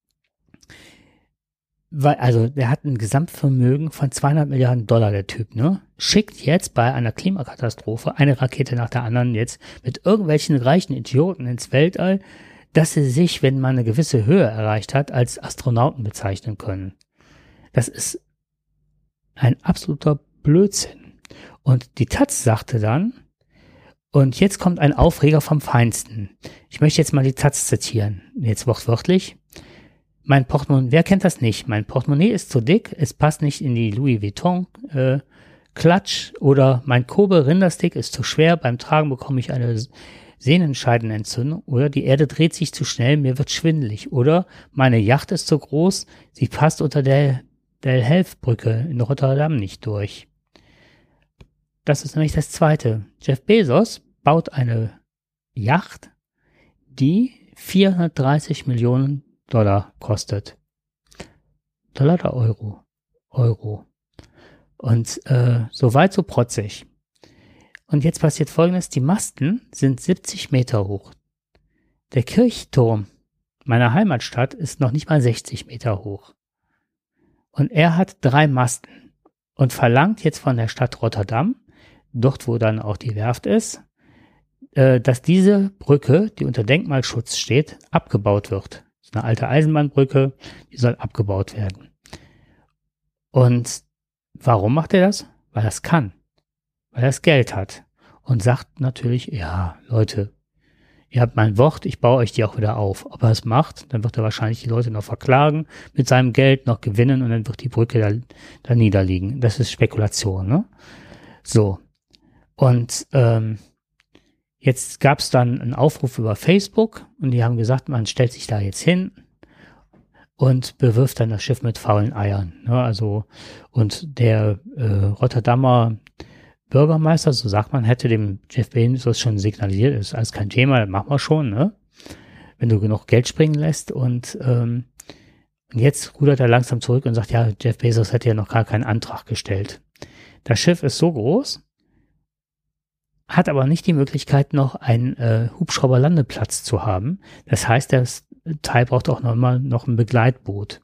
also der hat ein Gesamtvermögen von 200 Milliarden Dollar, der Typ, ne? Schickt jetzt bei einer Klimakatastrophe eine Rakete nach der anderen jetzt mit irgendwelchen reichen Idioten ins Weltall, dass sie sich, wenn man eine gewisse Höhe erreicht hat, als Astronauten bezeichnen können. Das ist ein absoluter Blödsinn. Und die Taz sagte dann, und jetzt kommt ein Aufreger vom Feinsten. Ich möchte jetzt mal die Taz zitieren, jetzt wortwörtlich. Mein Portemonnaie, wer kennt das nicht? Mein Portemonnaie ist zu dick, es passt nicht in die Louis Vuitton Klatsch, oder mein Kobe Rindersteak ist zu schwer, beim Tragen bekomme ich eine Sehnenscheidenentzündung, oder die Erde dreht sich zu schnell, mir wird schwindelig, oder meine Yacht ist zu groß, sie passt unter der Delhelf-Brücke in Rotterdam nicht durch. Das ist nämlich das Zweite. Jeff Bezos baut eine Yacht, die 430 Millionen Dollar kostet. Dollar oder Euro? Euro. Und so weit, so protzig. Und jetzt passiert Folgendes, die Masten sind 70 Meter hoch. Der Kirchturm meiner Heimatstadt ist noch nicht mal 60 Meter hoch. Und er hat 3 Masten und verlangt jetzt von der Stadt Rotterdam, dort wo dann auch die Werft ist, dass diese Brücke, die unter Denkmalschutz steht, abgebaut wird. Das ist eine alte Eisenbahnbrücke, die soll abgebaut werden. Und warum macht er das? Weil er es kann. Weil er das Geld hat. Und sagt natürlich, ja, Leute, ihr habt mein Wort, ich baue euch die auch wieder auf. Ob er es macht, dann wird er wahrscheinlich die Leute noch verklagen, mit seinem Geld noch gewinnen und dann wird die Brücke da niederliegen. Das ist Spekulation, ne? So. Und jetzt gab es dann einen Aufruf über Facebook und die haben gesagt, man stellt sich da jetzt hin und bewirft dann das Schiff mit faulen Eiern. Ne? Also, und der Rotterdamer Bürgermeister, so sagt man, hätte dem Jeff Bezos schon signalisiert, ist alles kein Thema, das machen wir schon, ne? Wenn du genug Geld springen lässt. Und jetzt rudert er langsam zurück und sagt, ja, Jeff Bezos hätte ja noch gar keinen Antrag gestellt. Das Schiff ist so groß, hat aber nicht die Möglichkeit, noch einen Hubschrauberlandeplatz zu haben. Das heißt, das Teil braucht auch noch ein Begleitboot.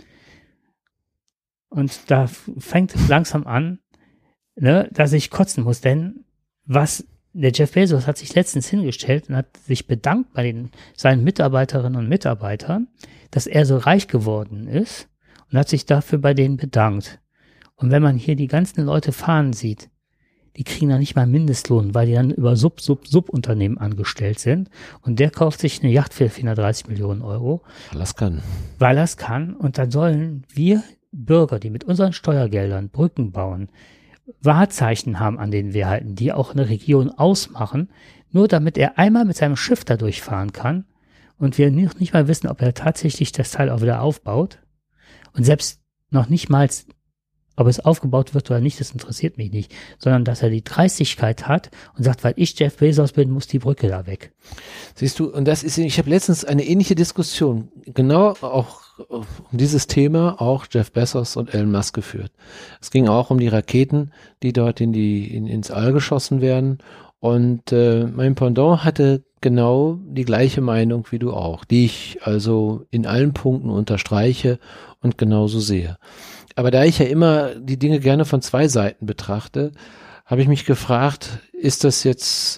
Und da fängt es langsam an, ne, dass ich kotzen muss, denn der Jeff Bezos hat sich letztens hingestellt und hat sich bedankt bei seinen Mitarbeiterinnen und Mitarbeitern, dass er so reich geworden ist und hat sich dafür bei denen bedankt. Und wenn man hier die ganzen Leute fahren sieht, die kriegen dann nicht mal Mindestlohn, weil die dann über Subunternehmen angestellt sind. Und der kauft sich eine Yacht für 430 Millionen Euro. Weil er es kann. Weil er es kann. Und dann sollen wir Bürger, die mit unseren Steuergeldern Brücken bauen, Wahrzeichen haben, an denen wir halten, die auch eine Region ausmachen, nur damit er einmal mit seinem Schiff da durchfahren kann und wir nicht mal wissen, ob er tatsächlich das Teil auch wieder aufbaut. Und selbst noch nicht mal, ob es aufgebaut wird oder nicht, das interessiert mich nicht, sondern dass er die Dreistigkeit hat und sagt, weil ich Jeff Bezos bin, muss die Brücke da weg. Siehst du, und ich habe letztens eine ähnliche Diskussion, genau auch um dieses Thema, auch Jeff Bezos und Elon Musk geführt. Es ging auch um die Raketen, die dort ins All geschossen werden. Und mein Pendant hatte genau die gleiche Meinung wie du auch, die ich also in allen Punkten unterstreiche und genauso sehe. Aber da ich ja immer die Dinge gerne von zwei Seiten betrachte, habe ich mich gefragt, ist das jetzt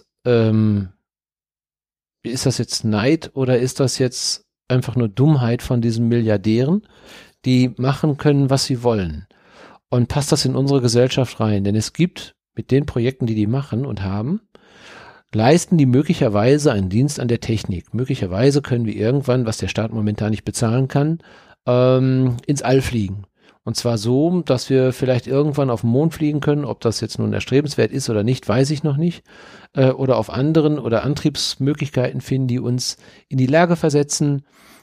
Neid oder ist das jetzt einfach nur Dummheit von diesen Milliardären, die machen können, was sie wollen? Und passt das in unsere Gesellschaft rein? Denn es gibt mit den Projekten, die machen und haben, leisten die möglicherweise einen Dienst an der Technik. Möglicherweise können wir irgendwann, was der Staat momentan nicht bezahlen kann, ins All fliegen. Und zwar so, dass wir vielleicht irgendwann auf den Mond fliegen können. Ob das jetzt nun erstrebenswert ist oder nicht, weiß ich noch nicht. Oder auf anderen oder Antriebsmöglichkeiten finden, die uns in die Lage versetzen,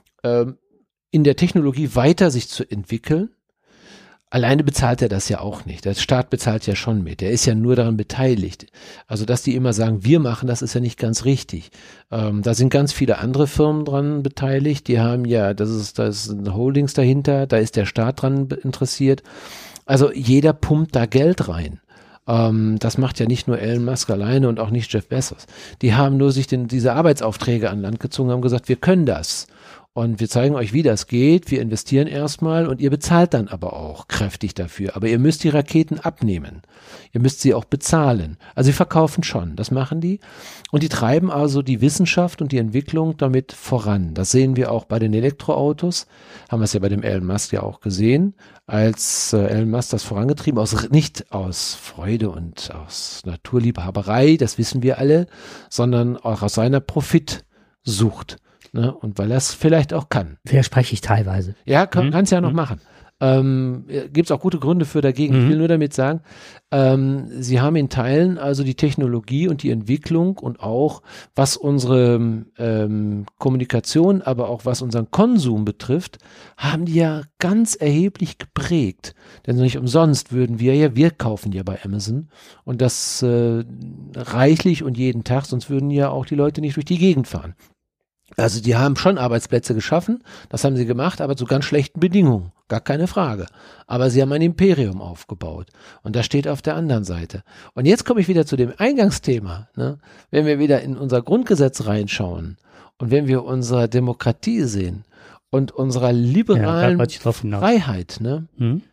in der Technologie weiter sich zu entwickeln. Alleine bezahlt er das ja auch nicht. Der Staat bezahlt ja schon mit. Er ist ja nur daran beteiligt. Also, dass die immer sagen, wir machen, das ist ja nicht ganz richtig. Da sind ganz viele andere Firmen dran beteiligt. Die haben ja, das sind Holdings dahinter. Da ist der Staat dran interessiert. Also, jeder pumpt da Geld rein. Das macht ja nicht nur Elon Musk alleine und auch nicht Jeff Bezos. Die haben nur sich diese Arbeitsaufträge an Land gezogen, haben gesagt, wir können das. Und wir zeigen euch, wie das geht. Wir investieren erstmal und ihr bezahlt dann aber auch kräftig dafür. Aber ihr müsst die Raketen abnehmen. Ihr müsst sie auch bezahlen. Also sie verkaufen schon, das machen die. Und die treiben also die Wissenschaft und die Entwicklung damit voran. Das sehen wir auch bei den Elektroautos. Haben wir es ja bei dem Elon Musk ja auch gesehen. Als Elon Musk das vorangetrieben, nicht aus Freude und aus Naturliebhaberei, das wissen wir alle, sondern auch aus seiner Profitsucht. Ne? Und weil er es vielleicht auch kann. Widerspreche ich teilweise. Ja, kannst ja noch machen. Gibt es auch gute Gründe für dagegen. Ich will nur damit sagen, sie haben in Teilen also die Technologie und die Entwicklung und auch was unsere Kommunikation, aber auch was unseren Konsum betrifft, haben die ja ganz erheblich geprägt. Denn nicht umsonst wir kaufen ja bei Amazon und das reichlich und jeden Tag, sonst würden ja auch die Leute nicht durch die Gegend fahren. Also die haben schon Arbeitsplätze geschaffen, das haben sie gemacht, aber zu ganz schlechten Bedingungen, gar keine Frage. Aber sie haben ein Imperium aufgebaut und das steht auf der anderen Seite. Und jetzt komme ich wieder zu dem Eingangsthema, ne? Wenn wir wieder in unser Grundgesetz reinschauen und wenn wir unsere Demokratie sehen und unserer liberalen Freiheit, ne?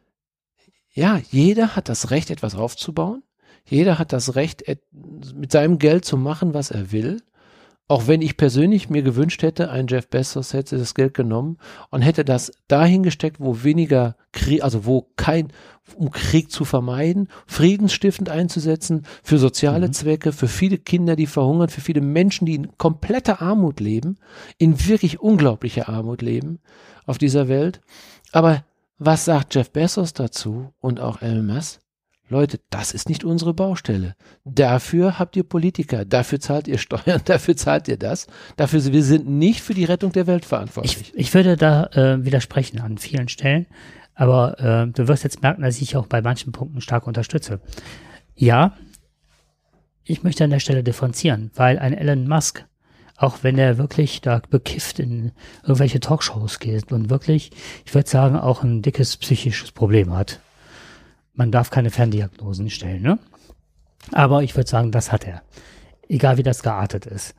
Ja, jeder hat das Recht, etwas aufzubauen, jeder hat das Recht, mit seinem Geld zu machen, was er will. Auch wenn ich persönlich mir gewünscht hätte, ein Jeff Bezos hätte das Geld genommen und hätte das dahin gesteckt, wo weniger Krieg, also um Krieg zu vermeiden, friedensstiftend einzusetzen, für soziale Zwecke, für viele Kinder, die verhungern, für viele Menschen, die in kompletter Armut leben, in wirklich unglaublicher Armut leben auf dieser Welt. Aber was sagt Jeff Bezos dazu und auch Elon Musk? Leute, das ist nicht unsere Baustelle. Dafür habt ihr Politiker, dafür zahlt ihr Steuern, dafür zahlt ihr das. Wir sind nicht für die Rettung der Welt verantwortlich. Ich würde da widersprechen an vielen Stellen, aber du wirst jetzt merken, dass ich auch bei manchen Punkten stark unterstütze. Ja, ich möchte an der Stelle differenzieren, weil ein Elon Musk, auch wenn er wirklich da bekifft in irgendwelche Talkshows geht und wirklich, ich würde sagen, auch ein dickes psychisches Problem hat. Man darf keine Ferndiagnosen stellen, ne? Aber ich würde sagen, das hat er. Egal wie das geartet ist.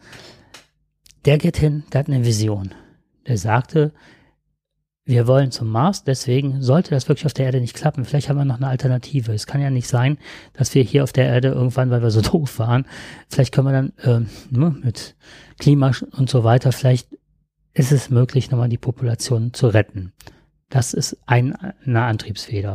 Der geht hin, der hat eine Vision. Der sagte, wir wollen zum Mars, deswegen sollte das wirklich auf der Erde nicht klappen. Vielleicht haben wir noch eine Alternative. Es kann ja nicht sein, dass wir hier auf der Erde irgendwann, weil wir so doof waren, vielleicht können wir dann mit Klima und so weiter, vielleicht ist es möglich, nochmal die Population zu retten. Das ist eine Antriebsfeder.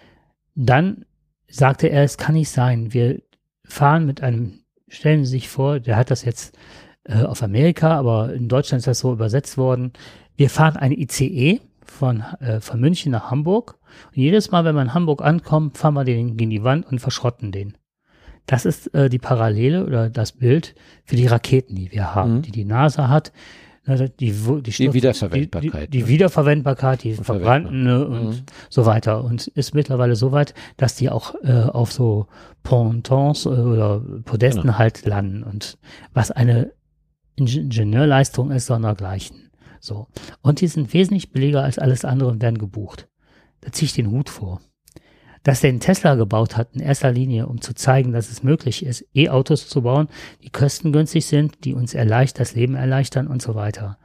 Dann sagte er, es kann nicht sein, wir fahren stellen Sie sich vor, der hat das jetzt auf Amerika, aber in Deutschland ist das so übersetzt worden, wir fahren eine ICE von München nach Hamburg und jedes Mal, wenn wir in Hamburg ankommen, fahren wir den gegen die Wand und verschrotten den. Das ist die Parallele oder das Bild für die Raketen, die wir haben, die NASA hat. Die Wiederverwendbarkeit. Die Wiederverwendbarkeit, die verbrannten und so weiter. Und ist mittlerweile so weit, dass die auch auf so Pontons oder Podesten halt landen. Und was eine Ingenieurleistung ist, sondergleichen. So. Und die sind wesentlich billiger als alles andere und werden gebucht. Da ziehe ich den Hut vor. Dass der den Tesla gebaut hat, in erster Linie, um zu zeigen, dass es möglich ist, E-Autos zu bauen, die kostengünstig sind, die uns das Leben erleichtern und so weiter.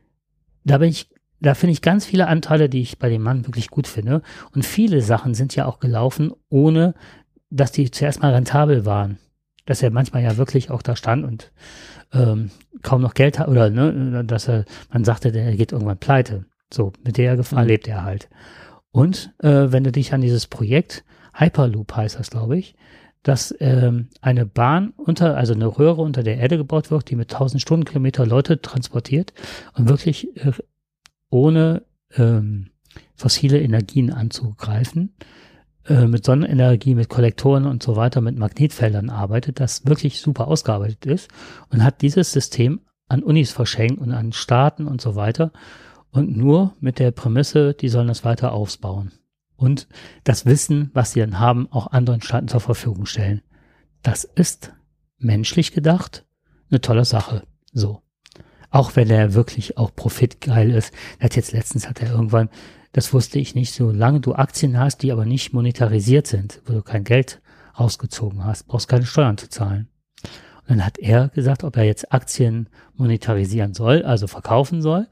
Da finde ich ganz viele Anteile, die ich bei dem Mann wirklich gut finde. Und viele Sachen sind ja auch gelaufen, ohne dass die zuerst mal rentabel waren. Dass er manchmal ja wirklich auch da stand und kaum noch Geld hat, oder man sagte, der geht irgendwann pleite. So, mit der Gefahr lebt er halt. Und wenn du dich an dieses Projekt, Hyperloop heißt das, glaube ich, dass eine Bahn also eine Röhre unter der Erde gebaut wird, die mit 1000 Stundenkilometer Leute transportiert und wirklich ohne fossile Energien anzugreifen, mit Sonnenenergie, mit Kollektoren und so weiter, mit Magnetfeldern arbeitet, das wirklich super ausgearbeitet ist und hat dieses System an Unis verschenkt und an Staaten und so weiter. Und nur mit der Prämisse, die sollen das weiter ausbauen. Und das Wissen, was sie dann haben, auch anderen Staaten zur Verfügung stellen. Das ist menschlich gedacht eine tolle Sache. So. Auch wenn er wirklich auch profitgeil ist. Letztens hat er irgendwann, das wusste ich nicht, solange du Aktien hast, die aber nicht monetarisiert sind, wo du kein Geld rausgezogen hast, brauchst keine Steuern zu zahlen. Und dann hat er gesagt, ob er jetzt Aktien monetarisieren soll, also verkaufen soll.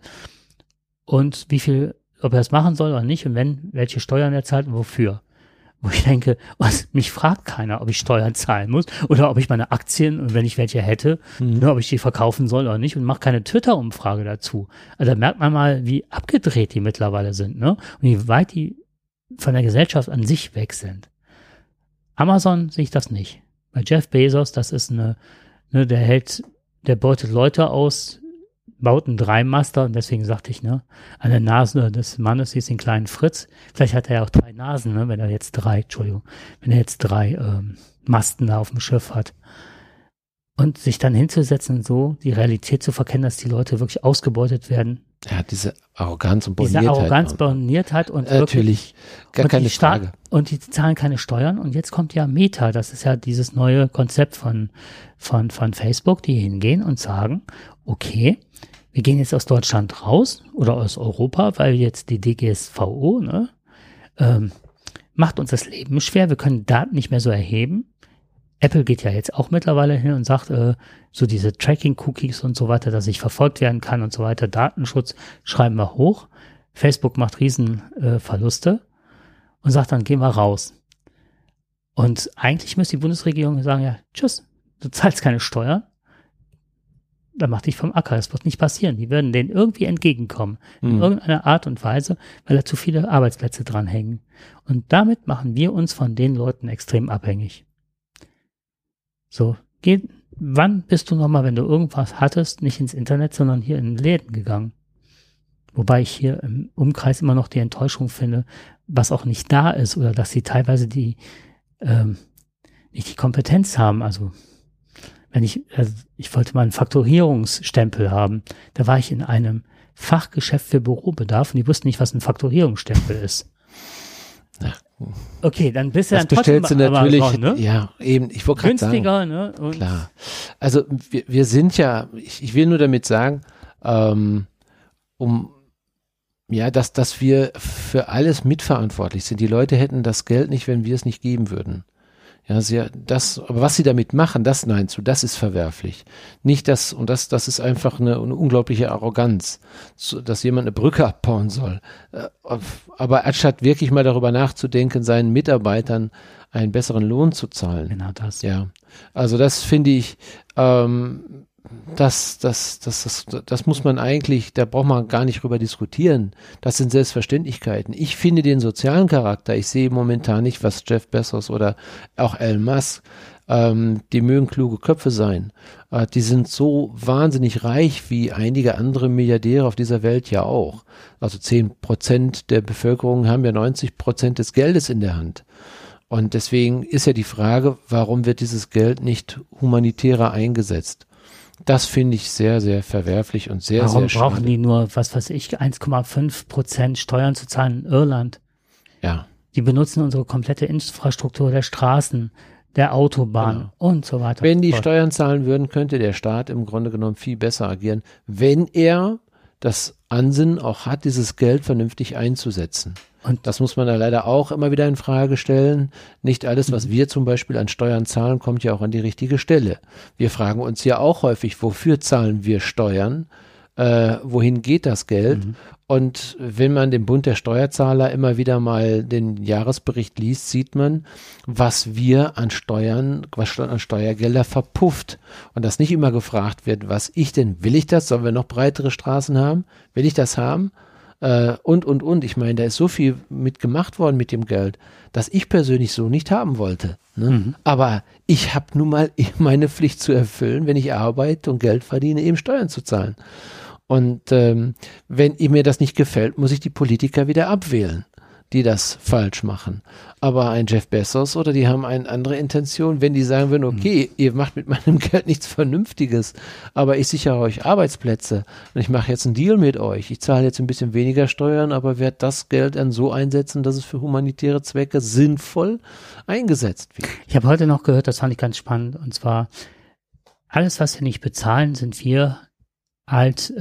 Und ob er das machen soll oder nicht und welche Steuern er zahlt und wofür. Wo ich denke, mich fragt keiner, ob ich Steuern zahlen muss oder ob ich meine Aktien und wenn ich welche hätte, ob ich die verkaufen soll oder nicht und mache keine Twitter-Umfrage dazu. Also da merkt man mal, wie abgedreht die mittlerweile sind, ne? Und wie weit die von der Gesellschaft an sich weg sind. Amazon sehe ich das nicht. Bei Jeff Bezos, das ist der beutet Leute aus, baut einen Dreimaster und deswegen sagte ich, an der Nase des Mannes hieß den kleinen Fritz. Vielleicht hat er ja auch 3 Nasen, wenn er jetzt 3 Masten da auf dem Schiff hat. Und sich dann hinzusetzen, so die Realität zu verkennen, dass die Leute wirklich ausgebeutet werden. Er hat diese Arroganz und Boniertheit. Und natürlich, gar keine Frage. Und die zahlen keine Steuern. Und jetzt kommt ja Meta, das ist ja dieses neue Konzept von Facebook, die hingehen und sagen, okay, wir gehen jetzt aus Deutschland raus oder aus Europa, weil jetzt die DGSVO macht uns das Leben schwer. Wir können Daten nicht mehr so erheben. Apple geht ja jetzt auch mittlerweile hin und sagt, so diese Tracking-Cookies und so weiter, dass ich verfolgt werden kann und so weiter, Datenschutz schreiben wir hoch. Facebook macht riesen Verluste und sagt dann, gehen wir raus. Und eigentlich müsste die Bundesregierung sagen, ja, tschüss, du zahlst keine Steuern. dann mach dich vom Acker. Das wird nicht passieren. Die würden denen irgendwie entgegenkommen. In irgendeiner Art und Weise, weil da zu viele Arbeitsplätze dranhängen. Und damit machen wir uns von den Leuten extrem abhängig. So, wann bist du nochmal, wenn du irgendwas hattest, nicht ins Internet, sondern hier in Läden gegangen? Wobei ich hier im Umkreis immer noch die Enttäuschung finde, was auch nicht da ist oder dass sie teilweise nicht die Kompetenz haben. Also ich wollte mal einen Faktorierungsstempel haben. Da war ich in einem Fachgeschäft für Bürobedarf und die wussten nicht, was ein Faktorierungsstempel ist. Okay, dann bist du das dann trotzdem bestellst du natürlich, raus, ne? ja, eben, ich wollte gerade sagen. Günstiger, ne? Und klar. Also wir sind ja, ich will nur damit sagen, dass wir für alles mitverantwortlich sind. Die Leute hätten das Geld nicht, wenn wir es nicht geben würden. Ja, aber was sie damit machen, das ist verwerflich. Nicht das ist einfach eine unglaubliche Arroganz, dass jemand eine Brücke abbauen soll. Aber anstatt wirklich mal darüber nachzudenken, seinen Mitarbeitern einen besseren Lohn zu zahlen. genau das. Ja, also das finde ich, das muss man eigentlich, da braucht man gar nicht drüber diskutieren. Das sind Selbstverständlichkeiten. Ich finde den sozialen Charakter, ich sehe momentan nicht, was Jeff Bezos oder auch Elon Musk, die mögen kluge Köpfe sein. Die sind so wahnsinnig reich wie einige andere Milliardäre auf dieser Welt ja auch. Also 10% der Bevölkerung haben ja 90% des Geldes in der Hand. Und deswegen ist ja die Frage, warum wird dieses Geld nicht humanitärer eingesetzt? Das finde ich sehr, sehr verwerflich und sehr, Warum sehr schade. brauchen die nur, 1,5% Steuern zu zahlen in Irland? Ja. Die benutzen unsere komplette Infrastruktur der Straßen, der Autobahn und so weiter. Wenn die Steuern zahlen würden, könnte der Staat im Grunde genommen viel besser agieren, wenn er das Ansinnen auch hat, dieses Geld vernünftig einzusetzen. Und das muss man da leider auch immer wieder in Frage stellen. Nicht alles, was wir zum Beispiel an Steuern zahlen, kommt ja auch an die richtige Stelle. Wir fragen uns ja auch häufig, wofür zahlen wir Steuern? Wohin geht das Geld? Und wenn man den Bund der Steuerzahler immer wieder mal den Jahresbericht liest, sieht man, was wir an Steuergelder verpufft. Und dass nicht immer gefragt wird, will ich das? Sollen wir noch breitere Straßen haben? Will ich das haben? Und. Ich meine, da ist so viel mitgemacht worden mit dem Geld, dass ich persönlich so nicht haben wollte. Ne? Aber ich habe nun mal meine Pflicht zu erfüllen, wenn ich arbeite und Geld verdiene, eben Steuern zu zahlen. Und wenn mir das nicht gefällt, muss ich die Politiker wieder abwählen, die das falsch machen. Aber ein Jeff Bezos oder die haben eine andere Intention, wenn die sagen würden, okay, ihr macht mit meinem Geld nichts Vernünftiges, aber ich sichere euch Arbeitsplätze und ich mache jetzt einen Deal mit euch. Ich zahle jetzt ein bisschen weniger Steuern, aber werde das Geld dann so einsetzen, dass es für humanitäre Zwecke sinnvoll eingesetzt wird. Ich habe heute noch gehört, das fand ich ganz spannend, und zwar alles, was wir nicht bezahlen, sind wir halt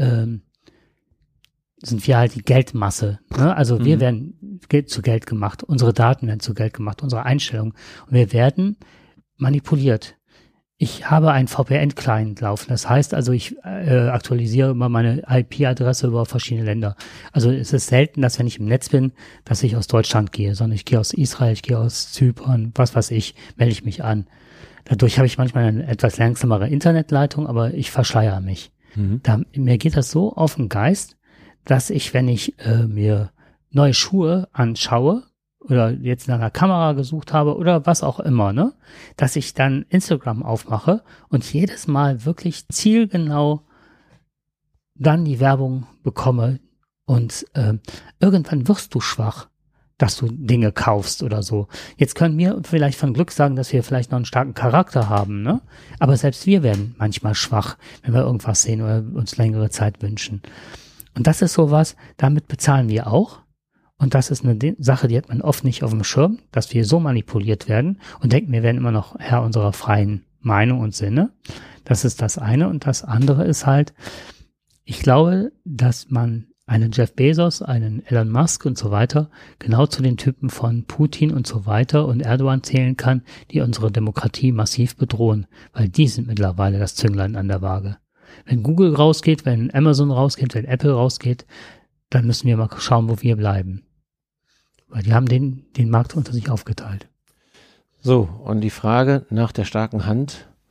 die Geldmasse. Ne? Also wir werden zu Geld gemacht, unsere Daten werden zu Geld gemacht, unsere Einstellungen. Und wir werden manipuliert. Ich habe einen VPN-Client laufen. Das heißt also, ich aktualisiere immer meine IP-Adresse über verschiedene Länder. Also es ist selten, dass wenn ich im Netz bin, dass ich aus Deutschland gehe, sondern ich gehe aus Israel, ich gehe aus Zypern, was weiß ich, melde ich mich an. Dadurch habe ich manchmal eine etwas langsamere Internetleitung, aber ich verschleiere mich. Mir geht das so auf den Geist, dass ich, wenn ich mir neue Schuhe anschaue oder jetzt nach einer Kamera gesucht habe oder was auch immer, ne, dass ich dann Instagram aufmache und jedes Mal wirklich zielgenau dann die Werbung bekomme und irgendwann wirst du schwach, dass du Dinge kaufst oder so. Jetzt können wir vielleicht von Glück sagen, dass wir vielleicht noch einen starken Charakter haben, ne? Aber selbst wir werden manchmal schwach, wenn wir irgendwas sehen oder uns längere Zeit wünschen. Und das ist sowas, damit bezahlen wir auch. Und das ist eine Sache, die hat man oft nicht auf dem Schirm, dass wir so manipuliert werden und denken, wir werden immer noch Herr unserer freien Meinung und Sinne. Das ist das eine. Und das andere ist halt, ich glaube, dass man einen Jeff Bezos, einen Elon Musk und so weiter genau zu den Typen von Putin und so weiter und Erdogan zählen kann, die unsere Demokratie massiv bedrohen, weil die sind mittlerweile das Zünglein an der Waage. Wenn Google rausgeht, wenn Amazon rausgeht, wenn Apple rausgeht, dann müssen wir mal schauen, wo wir bleiben. Weil die haben den Markt unter sich aufgeteilt. So, und die Frage nach der starken Hand.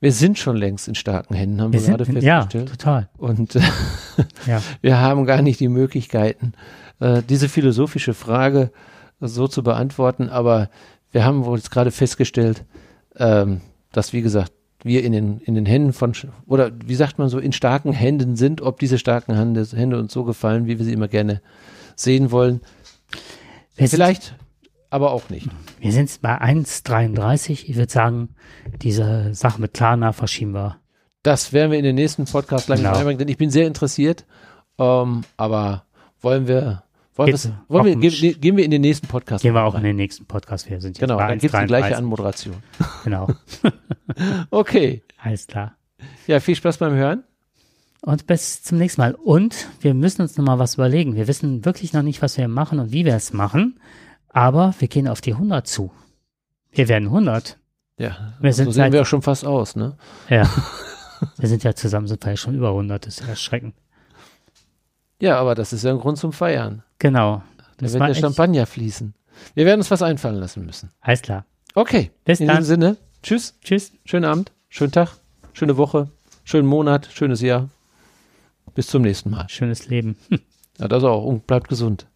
Wir sind schon längst in starken Händen, haben wir gerade festgestellt. Ja, total. Und Ja. wir haben gar nicht die Möglichkeiten, diese philosophische Frage so zu beantworten. Aber wir haben wohl jetzt gerade festgestellt, dass, wie gesagt, wir in den Händen oder wie sagt man so, in starken Händen sind, ob diese starken Hände uns so gefallen, wie wir sie immer gerne sehen wollen. Vielleicht, aber auch nicht. Wir sind bei 1,33. Ich würde sagen, diese Sache mit Klarna verschieben wir. Das werden wir in den nächsten Podcast langsam einbringen, denn ich bin sehr interessiert. Aber gehen wir in den nächsten Podcast? Gehen wir auch in den nächsten Podcast. Wir sind jetzt genau, bei dann gibt es die gleiche Anmoderation. Genau. Okay. Alles klar. Ja, viel Spaß beim Hören. Und bis zum nächsten Mal. Und wir müssen uns nochmal was überlegen. Wir wissen wirklich noch nicht, was wir machen und wie wir es machen. Aber wir gehen auf die 100 zu. Wir werden 100. Ja, so sehen wir auch schon fast aus, ne? Ja. Wir sind ja zusammen, sind wir ja schon über 100. Das ist erschreckend. Ja, aber das ist ja ein Grund zum Feiern. Genau. Da wird der Champagner fließen. Wir werden uns was einfallen lassen müssen. Alles klar. Okay. Bis in dann. diesem Sinne. Tschüss. Tschüss. Schönen Abend, schönen Tag, schöne Woche, schönen Monat, schönes Jahr. Bis zum nächsten Mal. Schönes Leben. Ja, das auch. Und bleibt gesund.